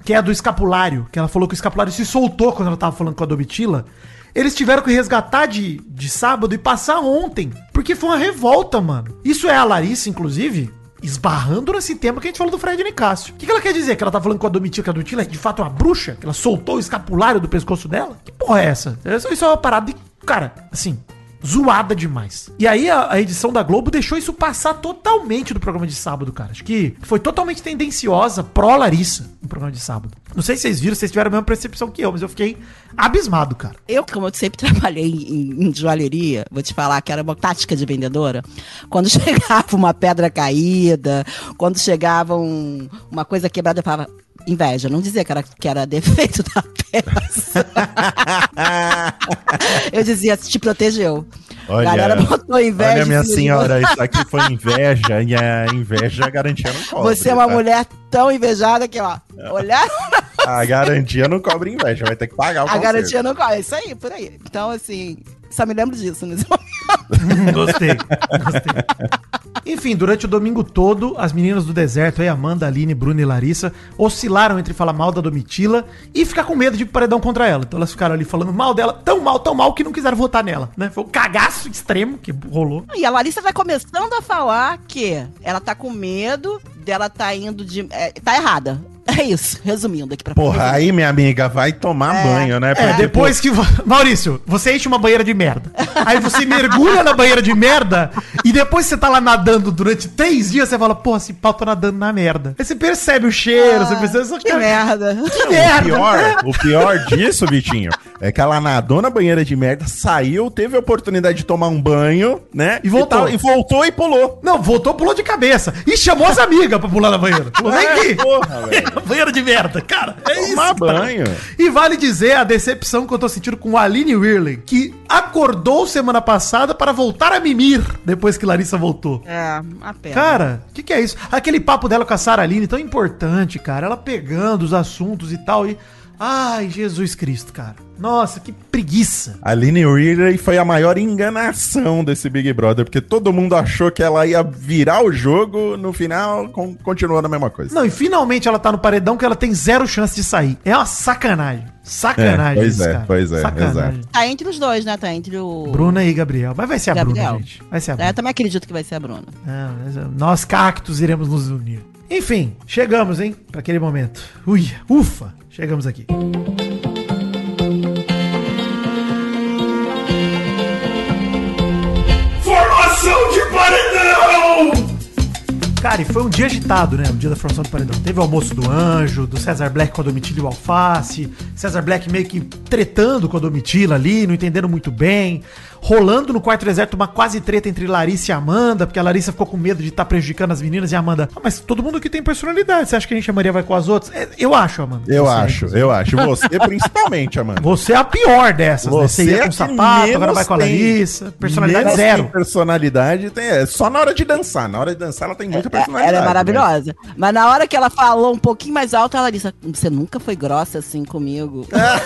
que é a do escapulário, que ela falou que o escapulário se soltou quando ela tava falando com a Domitila, eles tiveram que resgatar de, de sábado e passar ontem, porque foi uma revolta, mano. Isso é a Larissa, inclusive, esbarrando nesse tema que a gente falou do Fred Nicásio. O que, que ela quer dizer? Que ela tá falando com a Domitila, que a Domitila é de fato uma bruxa? Que ela soltou o escapulário do pescoço dela? Que porra é essa? Isso é uma parada de, cara, assim, zoada demais. E aí a, a edição da Globo deixou isso passar totalmente do programa de sábado, cara. Acho que foi totalmente tendenciosa pró Larissa no programa de sábado. Não sei se vocês viram, se vocês tiveram a mesma percepção que eu, mas eu fiquei abismado, cara. Eu, como eu sempre trabalhei em, em joalheria, vou te falar que era uma tática de vendedora. Quando chegava uma pedra caída, quando chegava um, uma coisa quebrada, eu falava, inveja. Não dizia que era, que era defeito da peça. Eu dizia, te protegeu. Olha, a galera botou inveja. Olha, minha senhora, isso aqui foi inveja, e a inveja a garantia não cobre. Você é uma tá? mulher tão invejada que, ó, olhar... A garantia não cobre inveja, vai ter que pagar o A conserto. garantia não cobre, é isso aí, por aí. Então, assim, só me lembro disso nesse momento. Gostei, gostei. Enfim, durante o domingo todo, as meninas do deserto, aí, Amanda, Aline, Bruna e Larissa, oscilaram entre falar mal da Domitila e ficar com medo de ir pro paredão contra ela. Então elas ficaram ali falando mal dela, tão mal, tão mal, que não quiseram votar nela, né? Foi um cagaço extremo que rolou. E a Larissa vai começando a falar que ela tá com medo dela tá indo de... É, tá errada. É isso, resumindo aqui pra Porra, aí, minha amiga, vai tomar É, banho, né? É, Porque, depois que... vo- Maurício, você enche uma banheira de merda. Aí você mergulha na banheira de merda e depois você tá lá nadando durante três dias, você fala, porra, esse pau tô nadando na merda. Aí você percebe o cheiro, Ah, você percebe... Só que merda. Que O merda. pior, o pior disso, Vitinho, é que ela nadou na banheira de merda, saiu, teve a oportunidade de tomar um banho, né? E voltou. tal, E, voltou e pulou. Não, voltou, pulou de cabeça. E chamou as amigas pra pular na banheira. Falou, vem É, aqui. porra, velho. Banheira de merda, cara. É isso. Tomar cara. banho. E vale dizer a decepção que eu tô sentindo com a Aline Whirling, que acordou semana passada para voltar a mimir depois que Larissa voltou. É, a pena. Cara, o que, que é isso? Aquele papo dela com a Sara Aline, tão importante, cara. Ela pegando os assuntos e tal. E. Ai, Jesus Cristo, cara. Nossa, que preguiça. A Aline Ridley foi a maior enganação desse Big Brother, porque todo mundo achou que ela ia virar o jogo, no final com, continuou na mesma coisa. Não, e finalmente ela tá no paredão que ela tem zero chance de sair. É uma sacanagem. Sacanagem. É, pois isso, é, cara. pois é, Sacanagem. Tá entre os dois, né? Tá entre o... Bruna e Gabriel. Mas vai ser a Gabriel. Bruna, gente. Vai ser a É, Bruna. eu também acredito que vai ser a Bruna. Não, mas nós cactos iremos nos unir. Enfim, chegamos, hein? Pra aquele momento. Ui, ufa, chegamos aqui. Formação de paredão! Cara, e foi um dia agitado, né? O dia da formação do paredão. Teve o almoço do Anjo, do César Black com a Domitila e o Alface. César Black meio que tretando com a Domitila ali, não entendendo muito bem. Rolando no quarto do deserto uma quase treta entre Larissa e Amanda, porque a Larissa ficou com medo de estar tá prejudicando as meninas e a Amanda. Ah, mas todo mundo aqui tem personalidade. Você acha que a gente chamaria vai com as outras? É, eu acho, Amanda. Eu Você, acho, eu acho. Você principalmente, Amanda. Você é a pior dessas, né? Você Você ia é com que sapato, agora menos vai com a tem. Larissa. Personalidade Menos zero. tem personalidade, tem, é só na hora de dançar. Na hora de dançar ela tem muita É, personalidade. ela é maravilhosa. Mas na hora que ela falou um pouquinho mais alto, ela disse, você nunca foi grossa assim comigo.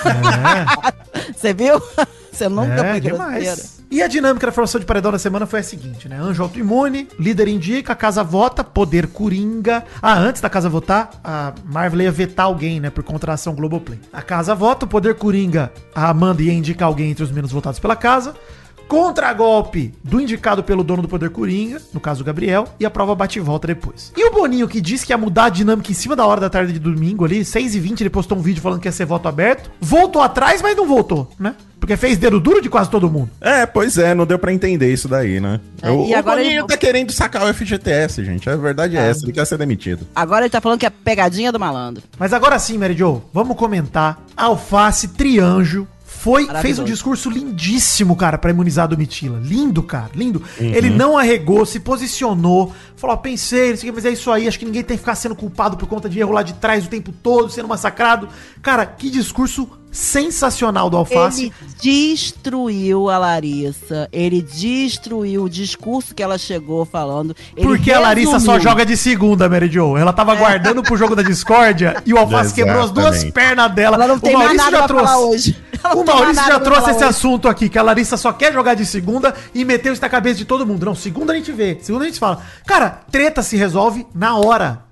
É. Você viu? Você nunca É, foi grosseira. demais. E a dinâmica da formação de paredão da semana foi a seguinte, né? Anjo autoimune, líder indica, a casa vota, poder coringa. Ah, antes da casa votar, a Marvel ia vetar alguém, né? Por contra a ação Globoplay. A casa vota, o poder coringa, a Amanda ia indicar alguém entre os menos votados pela casa. Contra-golpe do indicado pelo dono do Poder Coringa, no caso o Gabriel, e a prova bate e volta depois. E o Boninho, que disse que ia mudar a dinâmica em cima da hora da tarde de domingo ali, seis e vinte, ele postou um vídeo falando que ia ser voto aberto. Voltou atrás, mas não voltou, né? Porque fez dedo duro de quase todo mundo. É, pois é, não deu pra entender isso daí, né? É, o e o agora Boninho ele- tá querendo sacar o F G T S, gente. A verdade é, É. essa, ele quer ser demitido. Agora ele tá falando que é pegadinha do malandro. Mas agora sim, Mary Jo, vamos comentar. Alface Trianjo foi, fez um Maravilhoso. discurso lindíssimo, cara, pra imunizar a Domitila. Lindo, cara, lindo. Ele não arregou, se posicionou, falou, ó, pensei, não sei o que, mas é isso aí, acho que ninguém tem que ficar sendo culpado por conta de erro lá de trás o tempo todo, sendo massacrado. Cara, que discurso sensacional do Alface. Ele destruiu a Larissa. Ele destruiu o discurso que ela chegou falando. Ele Porque a Larissa só resumiu. joga de segunda, Mary Jo. Ela tava guardando pro jogo da discórdia e o Alface quebrou as duas Exatamente. pernas dela. Ela não tem o mais Maurício nada já pra falar trouxe. hoje. Ela não O tem mais Maurício nada já pra trouxe falar esse hoje. assunto aqui, que a Larissa só quer jogar de segunda e meteu isso na cabeça de todo mundo. Não, segunda a gente vê, segunda a gente fala. Cara, treta se resolve na hora.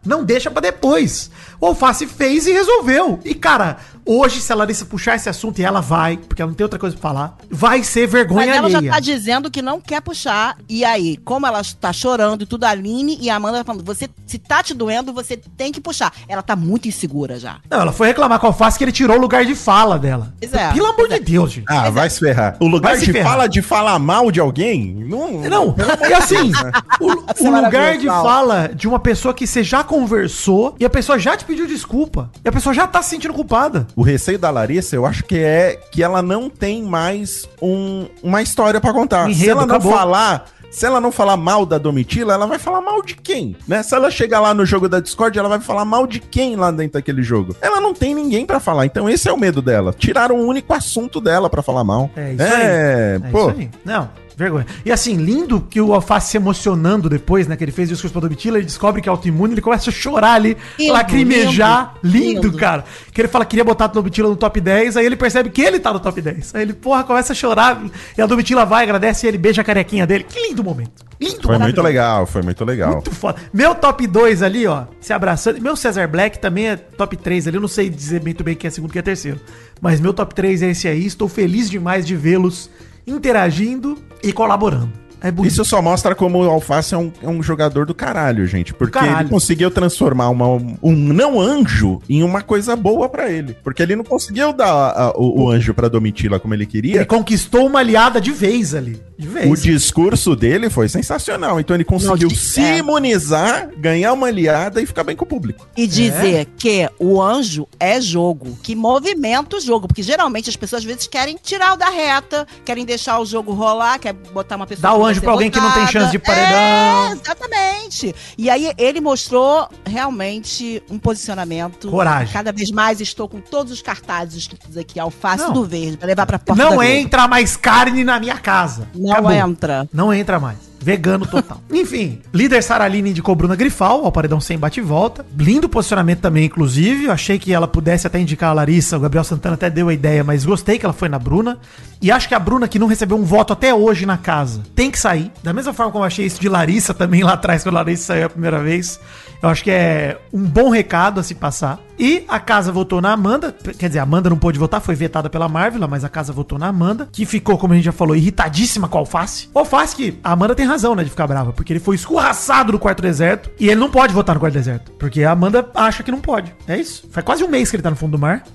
Não deixa pra depois. O Alface fez e resolveu. E, cara, hoje, se a Larissa puxar esse assunto, e ela vai, porque ela não tem outra coisa pra falar, vai ser vergonha Mas ela alheia. já tá dizendo que não quer puxar. E aí, como ela tá chorando e tudo, a Aline e a Amanda tá falando, você, se tá te doendo, você tem que puxar. Ela tá muito insegura já. Não, ela foi reclamar com o Alface que ele tirou o lugar de fala dela. Pois é. Pelo amor Pois de é. Deus, gente. Ah, vai se ferrar. O lugar Vai se de ferrar. fala de falar mal de alguém? Não. Não, e assim, o, Isso é o lugar maravilhoso, de Paulo. fala de uma pessoa que você já conversou e a pessoa já te pediu desculpa. E a pessoa já tá se sentindo culpada. O receio da Larissa, eu acho que é que ela não tem mais um, uma história pra contar. Enredo, se ela não acabou. falar, se ela não falar mal da Domitila, ela vai falar mal de quem, né? Se ela chegar lá no jogo da Discord, ela vai falar mal de quem lá dentro daquele jogo? Ela não tem ninguém pra falar, então esse é o medo dela. Tiraram o único assunto dela pra falar mal. É isso é, aí. É pô. isso aí. Não, vergonha. E assim, lindo que o Alface se emocionando depois, né? Que ele fez o discurso pra Domitila, ele descobre que é autoimune, ele começa a chorar ali, Lindo, lacrimejar. Lindo, lindo, lindo. cara. Que ele fala que queria botar a Domitila no top dez, aí ele percebe que ele tá no top dez. Aí ele, porra, começa a chorar, e a Domitila vai, agradece e ele beija a carequinha dele. Que lindo momento. Lindo, Foi muito maravilhoso. legal, foi muito legal. Muito foda. Meu top dois ali, ó, se abraçando. Meu Cesar Black também é top três ali. Eu não sei dizer muito bem quem é segundo e quem é terceiro. Mas meu top três é esse aí. Estou feliz demais de vê-los interagindo e colaborando. É bonito. Isso só mostra como o Alface é um, é um jogador do caralho, gente. Porque caralho. ele conseguiu transformar uma, um não anjo em uma coisa boa pra ele. Porque ele não conseguiu dar a- o, o anjo pra Domitila como ele queria. Ele conquistou uma aliada de vez ali. De vez. O discurso dele foi sensacional. Então ele conseguiu Não, de- se é. imunizar, ganhar uma aliada e ficar bem com o público. E dizer que o anjo é jogo, que movimenta o jogo. Porque geralmente as pessoas às vezes querem tirar o da reta, querem deixar o jogo rolar, quer botar uma pessoa... Dá o que vai anjo ser pra alguém que não tem votada. chance de paredão. É, exatamente. E aí ele mostrou realmente um posicionamento. Coragem. Cada vez mais estou com todos os cartazes escritos aqui, alface Não. do verde, pra levar pra porta da Não Globo. entra mais carne na minha casa. Não Acabou. entra. Não entra mais. Vegano total. Enfim, líder Saraline indicou Bruna Grifal ao paredão sem bate e volta. Lindo posicionamento também, inclusive. Eu achei que ela pudesse até indicar a Larissa. O Gabriel Santana até deu a ideia, mas gostei que ela foi na Bruna. E acho que a Bruna, que não recebeu um voto até hoje na casa, tem que sair. Da mesma forma como eu achei isso de Larissa também lá atrás, quando a Larissa saiu a primeira vez. Eu acho que é um bom recado a se passar. E a casa votou na Amanda. Quer dizer, a Amanda não pôde votar, foi vetada pela Marvel, mas a casa votou na Amanda, que ficou, como a gente já falou, irritadíssima com o Alface. O Alface, que a Amanda tem razão, né, de ficar brava, porque ele foi escorraçado no quarto deserto e ele não pode votar no quarto deserto, porque a Amanda acha que não pode. É isso. Faz quase um mês que ele tá no fundo do mar.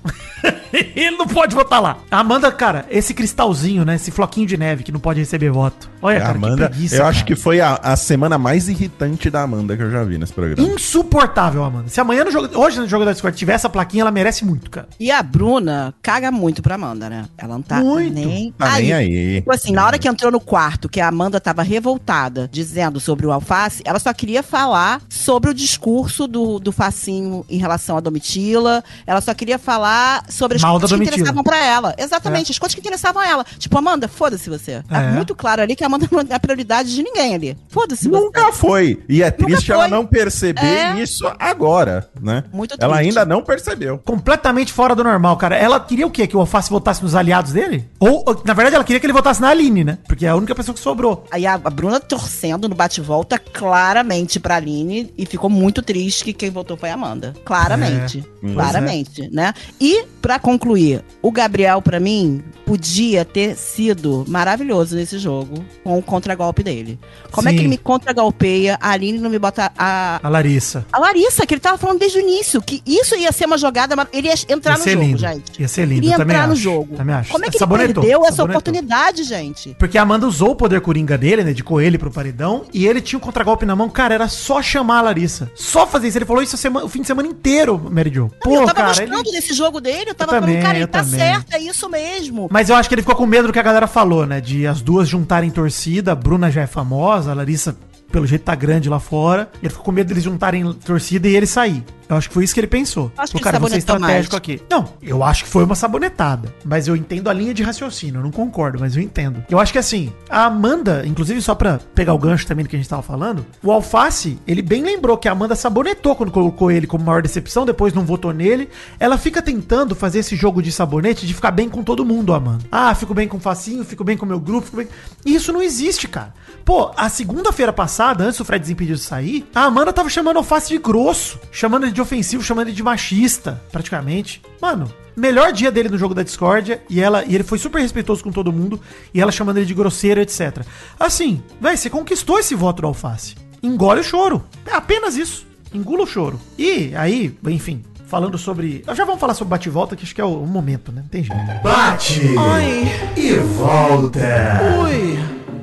Ele não pode votar lá. A Amanda, cara, esse cristalzinho, né, esse floquinho de neve que não pode receber voto. Olha, A cara, Amanda, que preguiça, eu acho cara. que foi a, a semana mais irritante da Amanda que eu já vi nesse programa. Insuportável, Amanda. Se amanhã no jogo, hoje no jogo da Discord tiver essa plaquinha, ela merece muito, cara. E a Bruna caga muito pra Amanda, né? Ela não tá Muito. nem Tá nem aí. Tipo assim, na hora que entrou no quarto, que a Amanda tava revoltada, dizendo sobre o Alface, ela só queria falar sobre o discurso do, do Facinho em relação à Domitila. Ela só queria falar sobre as Mal da coisas que Domitila. interessavam pra ela. Exatamente, as coisas que interessavam a ela. Tipo, Amanda, foda-se você. É. É. muito claro ali que a Amanda não é a prioridade de ninguém ali. Foda-se você. Nunca foi. E é triste ela foi. não perceber É. isso agora, né? Muito Ela triste. ainda não percebeu. Completamente fora do normal, cara. Ela queria o quê? Que o Alface votasse nos aliados dele? Ou, ou, na verdade, ela queria que ele votasse na Aline, né? Porque é a única pessoa que sobrou. Aí a, a Bruna torcendo no bate-volta claramente pra Aline e ficou muito triste que quem votou foi a Amanda. Claramente. É, claramente, né? E, pra concluir, o Gabriel, pra mim, podia ter sido maravilhoso nesse jogo com o contragolpe dele. Como é Sim. que ele me contragolpeia, a Aline não me bota a... A Larissa. A Larissa, que ele tava falando desde o início, que isso ia ser uma jogada, mas ele ia entrar Ia no ser jogo, lindo. gente. Ia ser lindo, Ele ia eu também entrar no acho. jogo. Também acho. Como é que Sabonetou, ele perdeu essa sabonetou. oportunidade, gente? Porque a Amanda usou o poder coringa dele, né? De coelho ele pro paredão. E ele tinha o contragolpe na mão. Cara, era só chamar a Larissa. Só fazer isso. Ele falou isso a semana- o fim de semana inteiro, Mary Jo. Não, eu tava cara, gostando ele- desse jogo dele, eu tava Eu falando, também, cara, ele eu tá também. certo, é isso mesmo. Mas eu acho que ele ficou com medo do que a galera falou, né? De as duas juntarem torcida. A Bruna já é famosa, a Larissa, pelo jeito, tá grande lá fora. Ele ficou com medo deles juntarem torcida e ele sair. Eu acho que foi isso que ele pensou. Acho Pô, que cara, ele vou ser sabonetou estratégico mais. aqui. Não, eu acho que foi uma sabonetada. Mas eu entendo a linha de raciocínio. Eu não concordo, mas eu entendo. Eu acho que assim, a Amanda, inclusive só pra pegar o gancho também do que a gente tava falando, o Alface, ele bem lembrou que a Amanda sabonetou quando colocou ele como maior decepção, depois não votou nele. Ela fica tentando fazer esse jogo de sabonete de ficar bem com todo mundo, Amanda. Ah, fico bem com o Facinho, fico bem com o meu grupo, fico bem... E isso não existe, cara. Pô, a segunda-feira passada, antes do Fred Desimpedido sair, a Amanda tava chamando o Alface de grosso, chamando ele de ofensivo, chamando ele de machista, praticamente. Mano, melhor dia dele no jogo da discórdia, e, ela, e ele foi super respeitoso com todo mundo, e ela chamando ele de grosseiro, etcétera. Assim, véi, você conquistou esse voto do Alface. Engole o choro. É apenas isso. Engula o choro. E aí, enfim, falando sobre... Já vamos falar sobre bate-volta, que acho que é o, o momento, né? Não tem jeito. Bate Oi. e volta. Ui.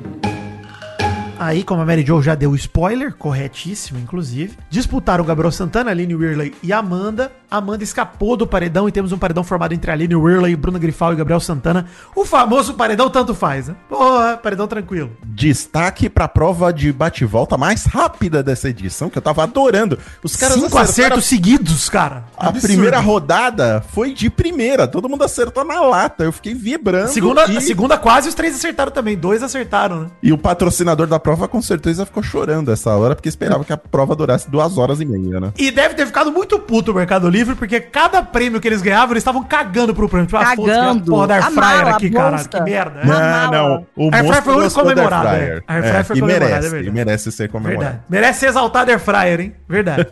Aí, como a Mary Jo já deu o spoiler, corretíssimo, inclusive, disputaram o Gabriel Santana, Aline Whirley e Amanda. Amanda escapou do paredão e temos um paredão formado entre Aline Whirley, Bruna Grifal e Gabriel Santana. O famoso paredão tanto faz, né? Porra, paredão tranquilo. Destaque pra prova de bate-volta mais rápida dessa edição, que eu tava adorando. Os caras Cinco acertos seguidos, cara. A Absurdo. primeira rodada foi de primeira, todo mundo acertou na lata, eu fiquei vibrando. A segunda, e... a segunda quase os três acertaram também, dois acertaram, né? E o patrocinador da prova com certeza ficou chorando essa hora, porque esperava que a prova durasse duas horas e meia, né? E deve ter ficado muito puto o Mercado Livre, porque cada prêmio que eles ganhavam, eles estavam cagando pro prêmio. Tipo, ah, foda-se, Cagando. porra da A Air Fryer mala, aqui, a caralho. bolsa. Que merda. Não, É. Não, não. O Air Fryer monstro foi o único gostou da comemorado, Air Fryer. é. Air Fryer foi e comemorado, merece, é verdade. e merece ser comemorado. Verdade. Merece ser exaltado Air Fryer, hein? Verdade.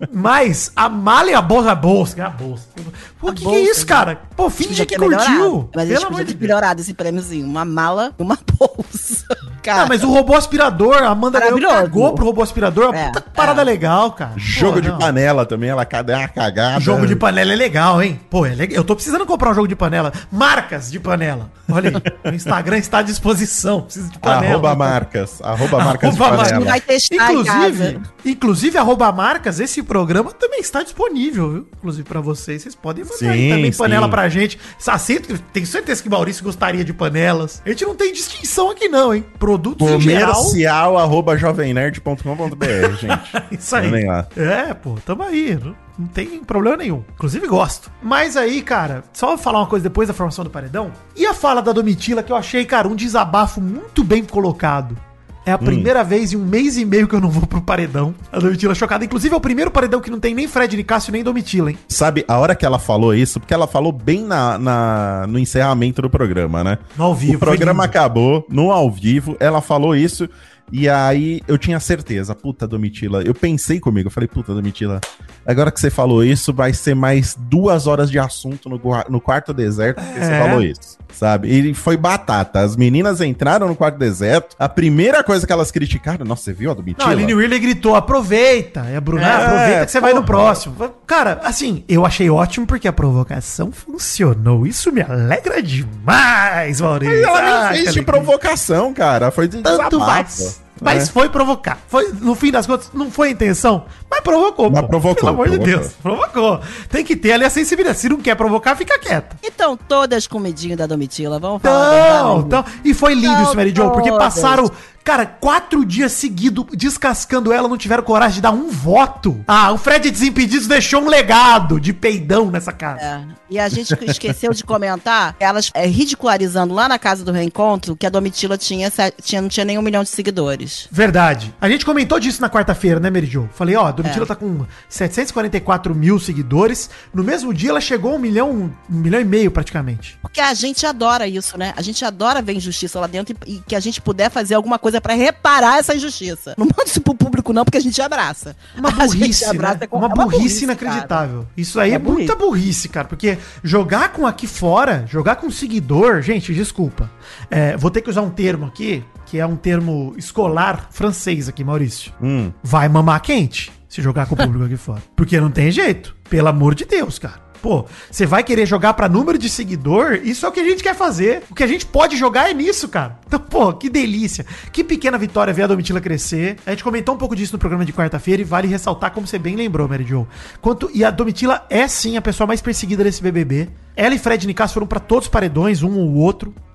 Mas a mala e a bolsa, a bolsa, a bolsa. Pô, A que, que bolsa, é isso, né? cara? Pô, finge Podia que ter melhorado. curtiu. Mas eles podiam ter melhorado esse prêmiozinho. Uma mala e uma bolsa. Cara, Não, mas o robô aspirador, a Amanda ganhou, Maravilhoso. cagou pro robô aspirador. É, Puta parada é. legal, cara. Jogo Pô, de não. panela também, ela deu uma cagada. Jogo de panela é legal, hein? Pô, é legal. Eu tô precisando comprar um jogo de panela. Marcas de panela. Olha aí. O Instagram está à disposição. Preciso de panela. Arroba marcas. Arroba marcas de Arroba marcas. panela. vai testar em Inclusive, casa. inclusive, arroba marcas, esse programa também está disponível, viu? Inclusive pra vocês. Vocês podem mandar aí Sim, também panela sim. pra gente. Aceito, tenho certeza que Maurício gostaria de panelas. A gente não tem distinção aqui não, hein? Produtos em geral. Comercial arroba jovem nerd ponto com ponto b r, gente. Isso aí. Mandem lá. É, pô, tamo aí. Não, não tem problema nenhum. Inclusive, gosto. Mas aí, cara, só falar uma coisa depois da formação do paredão. E a fala da Domitila, que eu achei, cara, um desabafo muito bem colocado. É a primeira vez em um mês e meio que eu não vou pro paredão. A Domitila chocada. Inclusive, é o primeiro paredão que não tem nem Fred Nicásio nem Domitila, hein? Sabe, a hora que ela falou isso, porque ela falou bem na, na- no encerramento do programa, né? No ao vivo. O programa foi lindo. acabou, no ao vivo, ela falou isso, e aí eu tinha certeza, puta, Domitila, eu pensei comigo, eu falei, puta, Domitila, agora que você falou isso, vai ser mais duas horas de assunto no, gua- no quarto deserto, porque você É. falou isso, sabe? E foi batata, as meninas entraram no quarto deserto, a primeira coisa que elas criticaram, nossa, você viu a Não, Domitila? a Aline Whirley gritou, aproveita. E a Bruna, É, aproveita que você vai no porra. próximo. Cara, assim, eu achei ótimo porque a provocação funcionou. Isso me alegra demais, Maurício. Mas ela nem Ah, fez que de alegria. provocação, cara, foi de Tanto desabafo, mais. Mas né? foi provocar. Foi, no fim das contas, não foi a intenção, mas provocou. Mas pô. provocou, Pelo amor provocou. de Deus. Provocou. Tem que ter ali a sensibilidade. Se não quer provocar, fica quieta. Então, todas com medinho da Domitila, vamos falar. a Não, verdade. então. E foi lindo Não, isso, Mary Jo, porque todas. passaram, cara, quatro dias seguidos descascando ela, não tiveram coragem de dar um voto. Ah, o Fred Desimpedidos deixou um legado de peidão nessa casa. É. E a gente esqueceu de comentar, elas é, ridicularizando lá na casa do reencontro, que a Domitila tinha, se- tinha, não tinha nem um milhão de seguidores. Verdade. A gente comentou disso na quarta-feira, né, Mary Jo? Falei, ó, a Domitila É. tá com setecentos e quarenta e quatro mil seguidores. No mesmo dia, ela chegou a um milhão, um milhão e meio praticamente. Porque a gente adora isso, né? A gente adora ver injustiça lá dentro e, e que a gente puder fazer alguma coisa pra reparar essa injustiça. Não manda isso pro público, não, porque a gente abraça. Uma A gente burrice, abraça né? com- Uma é burrice cara. inacreditável. Isso aí é, É muita burrice. burrice, cara. Porque jogar com aqui fora, jogar com seguidor, gente, desculpa. É, vou ter que usar um termo aqui, que é um termo escolar francês aqui, Maurício. Hum. Vai mamar quente se jogar com o público aqui fora. Porque não tem jeito. Pelo amor de Deus, cara. Pô, você vai querer jogar pra número de seguidor? Isso é o que a gente quer fazer. O que a gente pode jogar é nisso, cara. Então, pô, que delícia. Que pequena vitória ver a Domitila crescer. A gente comentou um pouco disso no programa de quarta-feira e vale ressaltar, como você bem lembrou, Mary Jo. Quanto, e a Domitila é, sim, a pessoa mais perseguida desse B B B. Ela e Fred Nicásio foram pra todos os paredões, um ou outro.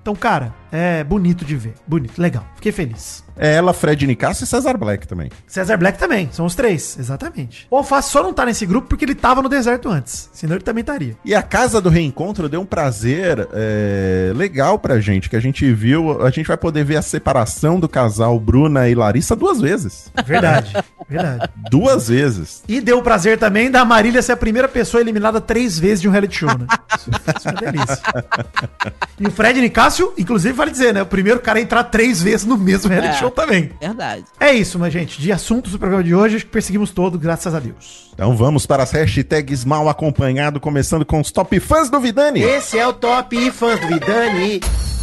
Então, cara, é bonito de ver. Bonito, legal. Fiquei feliz. É ela, Fred Nicásio e César Black também. César Black também, são os três, exatamente. O Alface só não tá nesse grupo porque ele tava no deserto antes, senão ele também estaria. E a Casa do Reencontro deu um prazer é, legal pra gente, que a gente viu, a gente vai poder ver a separação do casal Bruna e Larissa duas vezes. Verdade, verdade. Duas vezes. E deu o prazer também da Marília ser a primeira pessoa eliminada três vezes de um reality show, né? Isso, isso é uma delícia. E o Fred Nicásio, inclusive, vale dizer, né? O primeiro cara a entrar três vezes no mesmo reality É. show também. Verdade. É isso, mas gente, de assuntos do programa de hoje, acho que perseguimos todo, graças a Deus. Então vamos para as hashtags mal acompanhado, começando com os top fãs do Vidani. Esse é o Top Fãs do Vidani.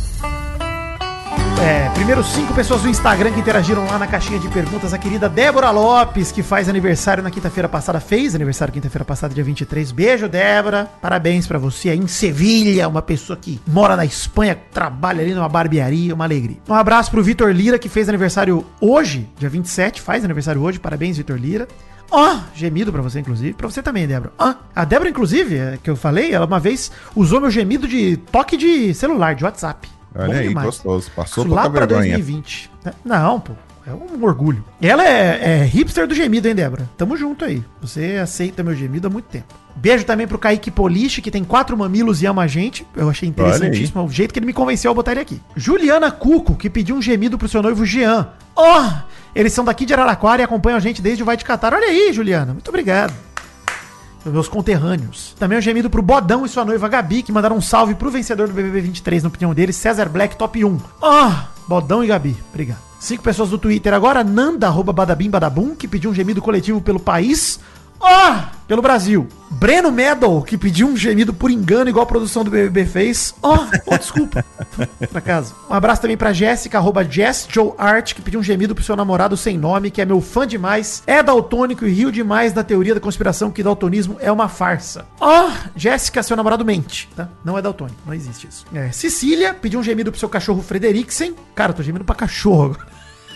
É, primeiro cinco pessoas do Instagram que interagiram lá na caixinha de perguntas. A querida Débora Lopes, que faz aniversário na quinta-feira passada, fez aniversário quinta-feira passada, dia vinte e três. Beijo, Débora. Parabéns pra você aí em Sevilha, uma pessoa que mora na Espanha, trabalha ali numa barbearia, uma alegria. Um abraço pro Vitor Lira, que fez aniversário hoje, dia vinte e sete, faz aniversário hoje. Parabéns, Vitor Lira. Ó, oh, gemido pra você, inclusive. Pra você também, Débora. Ah, a Débora, inclusive, é, que eu falei, ela uma vez usou meu gemido de toque de celular, de WhatsApp. Olha Bom aí, demais. gostoso. Passou Isso lá pouca pra vergonha. dois mil e vinte. Não, pô. É um orgulho. Ela é, é hipster do gemido, hein, Débora? Tamo junto aí. Você aceita meu gemido há muito tempo. Beijo também pro Kaique Poliche, que tem quatro mamilos e ama a gente. Eu achei interessantíssimo o jeito que ele me convenceu a botar ele aqui. Juliana Cuco, que pediu um gemido pro seu noivo Jean. Ó, oh, eles são daqui de Araraquara e acompanham a gente desde o Vai de Catar. Olha aí, Juliana. Muito obrigado. Meus conterrâneos. Também um gemido pro Bodão e sua noiva Gabi, que mandaram um salve pro vencedor do B B B vinte e três, na opinião deles, César Black, top um. Ah, Bodão e Gabi. Obrigado. Cinco pessoas do Twitter agora. Nanda, arroba badabim badabum, que pediu um gemido coletivo pelo país. Ah, pelo Brasil. Breno Medal, que pediu um gemido por engano, igual a produção do B B B fez. Ó, oh, oh, desculpa. Por acaso. Um abraço também pra Jéssica, arroba JessJoeArt, que pediu um gemido pro seu namorado sem nome, que é meu fã demais, é daltônico e riu demais da teoria da conspiração que daltonismo é uma farsa. Ó, oh, Jéssica, seu namorado mente, tá? Não é daltônico, não existe isso. É, Cecília pediu um gemido pro seu cachorro Frederiksen. Cara, eu tô gemindo pra cachorro agora.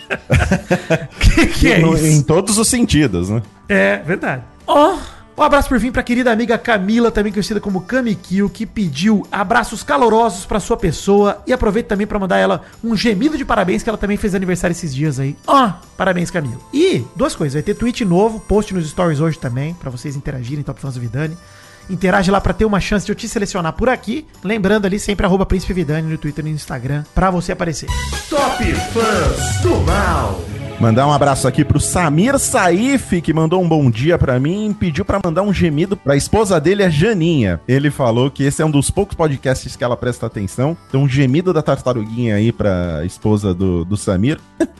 que que é No, isso? em todos os sentidos, né? É, verdade. Ó, oh, um abraço por fim pra querida amiga Camila, também conhecida como Kamikyo, que pediu abraços calorosos pra sua pessoa. E aproveito também pra mandar ela um gemido de parabéns, que ela também fez aniversário esses dias aí. Ó, oh, parabéns, Camila. E duas coisas, vai ter tweet novo, post nos stories hoje também, pra vocês interagirem, Top Fãs do Vidani. Interage lá pra ter uma chance de eu te selecionar por aqui. Lembrando ali sempre arroba Príncipe Vidani no Twitter e no Instagram pra você aparecer. Top Fãs do Mal. Mandar um abraço aqui pro Samir Saif, que mandou um bom dia pra mim e pediu pra mandar um gemido pra esposa dele, a Janinha. Ele falou que esse é um dos poucos podcasts que ela presta atenção. Então um gemido da tartaruguinha aí pra esposa do, do Samir.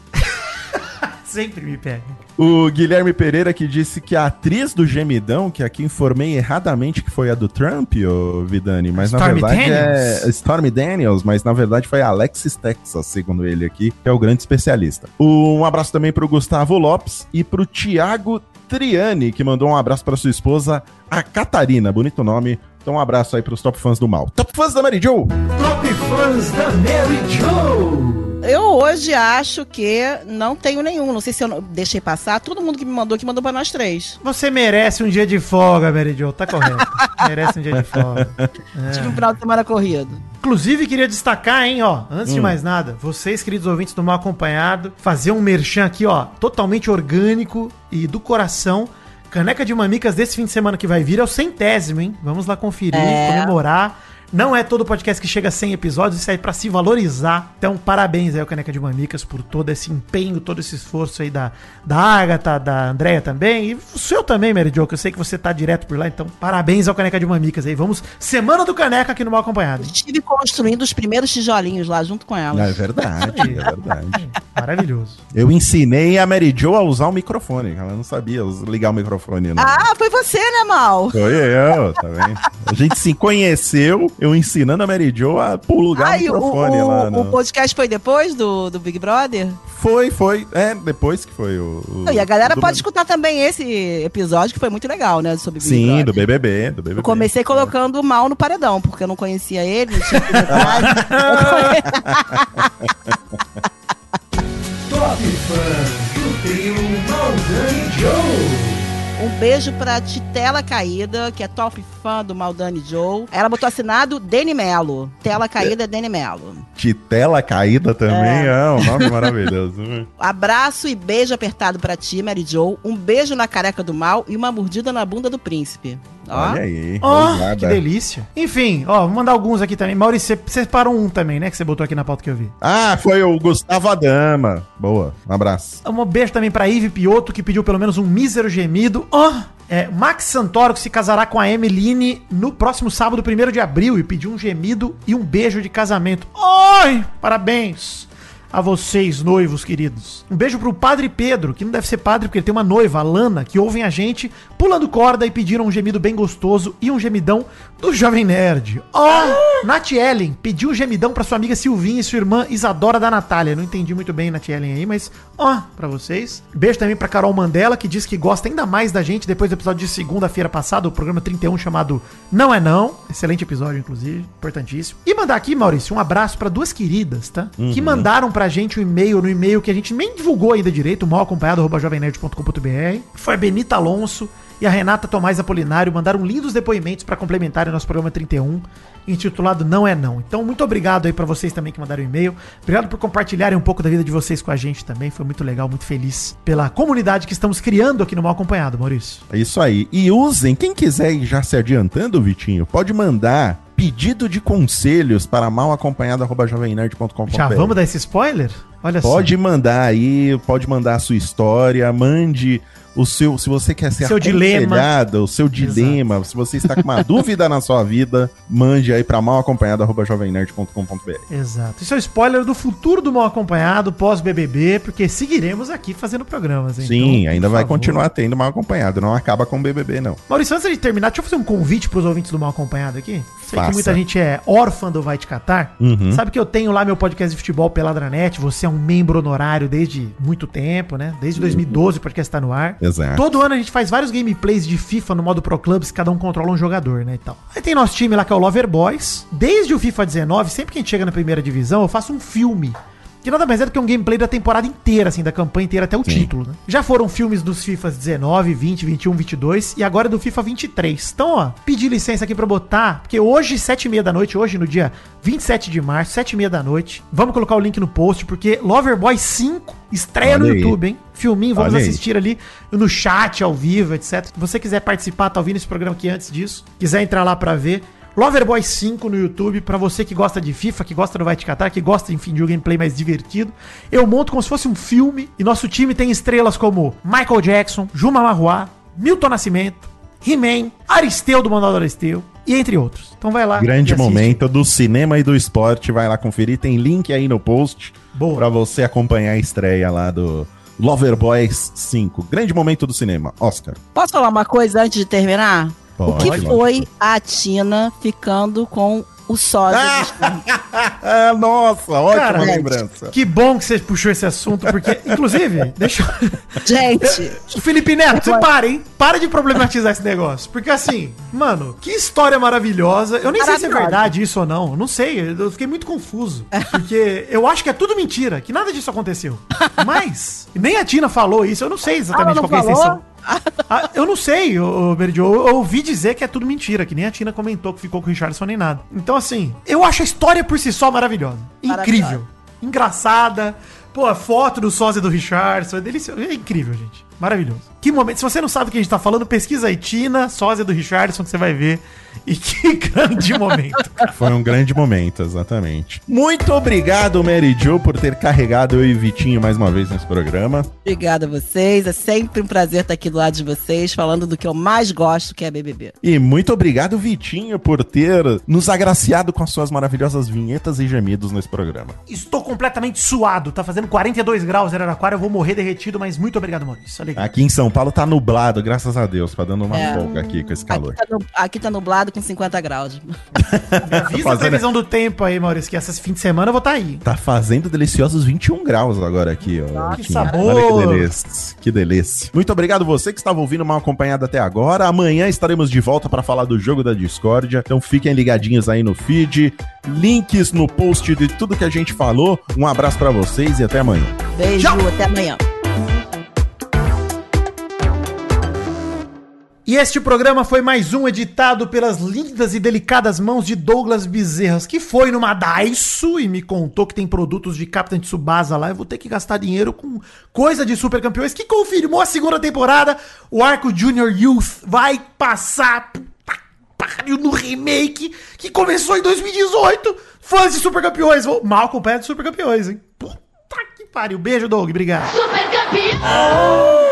Sempre me pega. O Guilherme Pereira, que disse que a atriz do gemidão, que aqui informei erradamente que foi a do Trump, ô Vidani, mas Stormy na verdade Daniels. é Stormy Daniels, mas na verdade foi a Alexis Texas, segundo ele aqui, que é o grande especialista. Um abraço também pro Gustavo Lopes e pro Thiago Triani, que mandou um abraço pra sua esposa, a Catarina, bonito nome. Então um abraço aí pros top fãs do mal. Top fãs da Mary Jo! Top Fãs da Mary Jo. Eu hoje acho que não tenho nenhum. Não sei se eu não- deixei passar. Todo mundo que me mandou, que mandou pra nós três. Você merece um dia de folga, Mary Jo, tá correto. Merece um dia de folga. Tive um final de semana corrido. Inclusive, queria destacar, hein, ó, antes de mais nada, vocês, queridos ouvintes do Mal Acompanhado, fazer um merchan aqui, ó, totalmente orgânico e do coração. Caneca de Mamicas desse fim de semana que vai vir é o centésimo, hein? Vamos lá conferir, É. comemorar. Não é todo podcast que chega a cem episódios, isso aí é pra se valorizar. Então, parabéns aí ao Caneca de Mamicas por todo esse empenho, todo esse esforço aí da, da Agatha, da Andréia também. E o seu também, Mary Jo, que eu sei que você tá direto por lá. Então, parabéns ao Caneca de Mamicas aí. Vamos, Semana do Caneca aqui no Mal Acompanhado. Estive construindo os primeiros tijolinhos lá junto com É elas. verdade, é verdade. Maravilhoso. Eu ensinei a Mary Jo a usar o microfone, ela não sabia us- ligar o microfone. Não. Ah, foi você, né, Mal? Foi eu, tá vendo? A gente se conheceu, eu ensinando a Mary Jo a plugar Ah, o e o, microfone o, lá. o no- podcast foi depois do, do Big Brother? Foi, foi. É, depois que foi o... o- E a galera do- pode escutar também esse episódio, que foi muito legal, né? Sobre Big Sim, Brother. do B B B, do B B B. Eu comecei colocando o Mal no paredão, porque eu não conhecia ele, não tinha curiosidade. Top Fãs do trio Maldani Joe. Um beijo pra Titela Caída, que é top fã do Maldani Joe. Ela botou assinado Deni Melo. Tela Caída é Deni Melo. Titela Caída também é, é um nome maravilhoso. Abraço e beijo apertado pra ti, Mary Jo. Um beijo na careca do mal e uma mordida na bunda do príncipe. Ó. Olha aí. Ó, oh, que delícia. Enfim, ó, vou mandar alguns aqui também. Maurício, você separou um também, né? Que você botou aqui na pauta que eu vi. Ah, foi o Gustavo Adama. Boa, um abraço. Um beijo também pra Ive Piotto, que pediu pelo menos um mísero gemido. Ó, oh, é, Max Santoro, que se casará com a Emeline no próximo sábado, primeiro de abril, e pediu um gemido e um beijo de casamento. Oi, parabéns a vocês, noivos queridos. Um beijo pro Padre Pedro, que não deve ser padre porque ele tem uma noiva, a Lana, que ouvem a gente pulando corda e pediram um gemido bem gostoso e um gemidão do Jovem Nerd. Ó, oh, Nath Ellen pediu um gemidão pra sua amiga Silvinha e sua irmã Isadora da Natália. Não entendi muito bem, Nath Ellen, aí, mas ó, oh, pra vocês. Beijo também pra Carol Mandela, que diz que gosta ainda mais da gente depois do episódio de segunda-feira passada, o programa trinta e um, chamado Não É Não. Excelente episódio, inclusive, importantíssimo. E mandar aqui, Maurício, um abraço pra duas queridas, tá? Uhum. Que mandaram pra gente um e-mail, no e-mail que a gente nem divulgou ainda direito, mal acompanhado, arroba jovem nerd ponto com ponto b r. Foi a Benita Alonso e a Renata Tomás Apolinário, mandaram lindos depoimentos para complementar o nosso programa trinta e um, intitulado Não É Não. Então, muito obrigado aí para vocês também que mandaram e-mail. Obrigado por compartilharem um pouco da vida de vocês com a gente também. Foi muito legal, muito feliz pela comunidade que estamos criando aqui no Mal Acompanhado, Maurício. É isso aí. E usem, quem quiser ir já se adiantando, Vitinho, pode mandar pedido de conselhos para mal acompanhado arroba jovem nerd ponto com ponto b r. Já vamos dar esse spoiler? Olha só. Pode mandar aí, pode mandar a sua história, mande o seu, se você quer ser seu aconselhado, o seu dilema, Exato. Se você está com uma dúvida na sua vida, mande aí para mal acompanhado arroba jovem nerd ponto com ponto b r. Exato. Isso é o spoiler do futuro do Mal Acompanhado pós-B B B, porque seguiremos aqui fazendo programas, hein? Sim, então, ainda vai favor. continuar tendo Mal Acompanhado, não acaba com o B B B, não. Maurício, antes de terminar, deixa eu fazer um convite para os ouvintes do Mal Acompanhado aqui. Sei Faça. que muita gente é órfã do Vai Te Catar. Uhum. Sabe que eu tenho lá meu podcast de futebol Peladranet, você é um membro honorário desde muito tempo, né? Desde dois mil e doze o podcast tá no ar. Exato. Todo ano a gente faz vários gameplays de FIFA no modo Pro Clubs, cada um controla um jogador, né, e tal. Aí tem nosso time lá que é o Lover Boys. Desde o FIFA dezenove, sempre que a gente chega na primeira divisão, eu faço um filme. Que nada mais é do que um gameplay da temporada inteira, assim, da campanha inteira até o Sim. título, né? Já foram filmes dos FIFAs dezenove, vinte, vinte e um, vinte e dois e agora é do FIFA vinte e três. Então, ó, pedi licença aqui pra botar, porque hoje, sete e meia da noite, hoje no dia vinte e sete de março, sete e meia da noite, vamos colocar o link no post, porque Loverboy cinco estreia Olha no aí. YouTube, hein? Filminho, vamos Olha assistir aí. ali no chat, ao vivo, etcétera. Se você quiser participar, tá ouvindo esse programa aqui antes disso, quiser entrar lá pra ver, Loverboy cinco no YouTube, pra você que gosta de FIFA, que gosta do Vai Te Catar, que gosta, enfim, de um gameplay mais divertido. Eu monto como se fosse um filme, e nosso time tem estrelas como Michael Jackson, Juma Marruá, Milton Nascimento, He-Man, Aristeu do Manual do Aristeu, e entre outros. Então vai lá. Grande momento do cinema e do esporte, vai lá conferir, tem link aí no post. Boa. Pra você acompanhar a estreia lá do Loverboys cinco. Grande momento do cinema. Oscar. Posso falar uma coisa antes de terminar? Pode, o que pode, foi pode. a Tina ficando com o sósia? Ah, nossa, ótima Cara, lembrança. Que bom que você puxou esse assunto, porque, inclusive, deixa eu... Gente... Felipe Neto, você para, hein? Para de problematizar esse negócio. Porque, assim, mano, que história maravilhosa. Eu nem sei se é verdade isso ou não. Não sei, eu fiquei muito confuso. Porque eu acho que é tudo mentira, que nada disso aconteceu. Mas, nem a Tina falou isso, eu não sei exatamente qual é a extensão. Ah, eu não sei, ô, Berdio, eu, eu ouvi dizer que é tudo mentira, que nem a Tina comentou que ficou com o Richardson nem nada. Então, assim, eu acho a história por si só maravilhosa. Incrível. Engraçada. Pô, a foto do sósia do Richardson é delicioso. É incrível, gente. Maravilhoso. Que momento. Se você não sabe o que a gente tá falando, pesquisa aí, Tina, sósia do Richardson, que você vai ver. E que grande momento, cara. Foi um grande momento, exatamente. Muito obrigado, Mary Jo, por ter carregado eu e Vitinho mais uma vez nesse programa. Obrigada a vocês. É sempre um prazer estar aqui do lado de vocês, falando do que eu mais gosto, que é B B B. E muito obrigado, Vitinho, por ter nos agraciado com as suas maravilhosas vinhetas e gemidos nesse programa. Estou completamente suado. Tá fazendo quarenta e dois graus em Araraquara. Eu vou morrer derretido, mas muito obrigado, Maurício. Aqui em São Paulo tá nublado, graças a Deus. Tá dando uma é. folga aqui com esse calor. Aqui tá, no, aqui tá nublado com cinquenta graus. Me avisa fazendo... a previsão do tempo aí, Maurício, que essas fim de semana eu vou estar tá aí. Tá fazendo deliciosos vinte e um graus agora aqui, ó. Ah, que sabor! Olha que delícia, que delícia. Muito obrigado você que estava ouvindo Mal Acompanhado até agora. Amanhã estaremos de volta para falar do jogo da discórdia. Então fiquem ligadinhos aí no feed. Links no post de tudo que a gente falou. Um abraço para vocês e até amanhã. Beijo, Tchau. Até amanhã. E este programa foi mais um editado pelas lindas e delicadas mãos de Douglas Bezerras, que foi numa Daiso e me contou que tem produtos de Captain Tsubasa lá. Eu vou ter que gastar dinheiro com coisa de Super Campeões, que confirmou a segunda temporada. O arco Junior Youth vai passar no remake que começou em dois mil e dezoito. Fãs de Super Campeões, mal completo de Super Campeões, hein? Puta que pariu. Beijo, Doug. Obrigado. Super Campeão!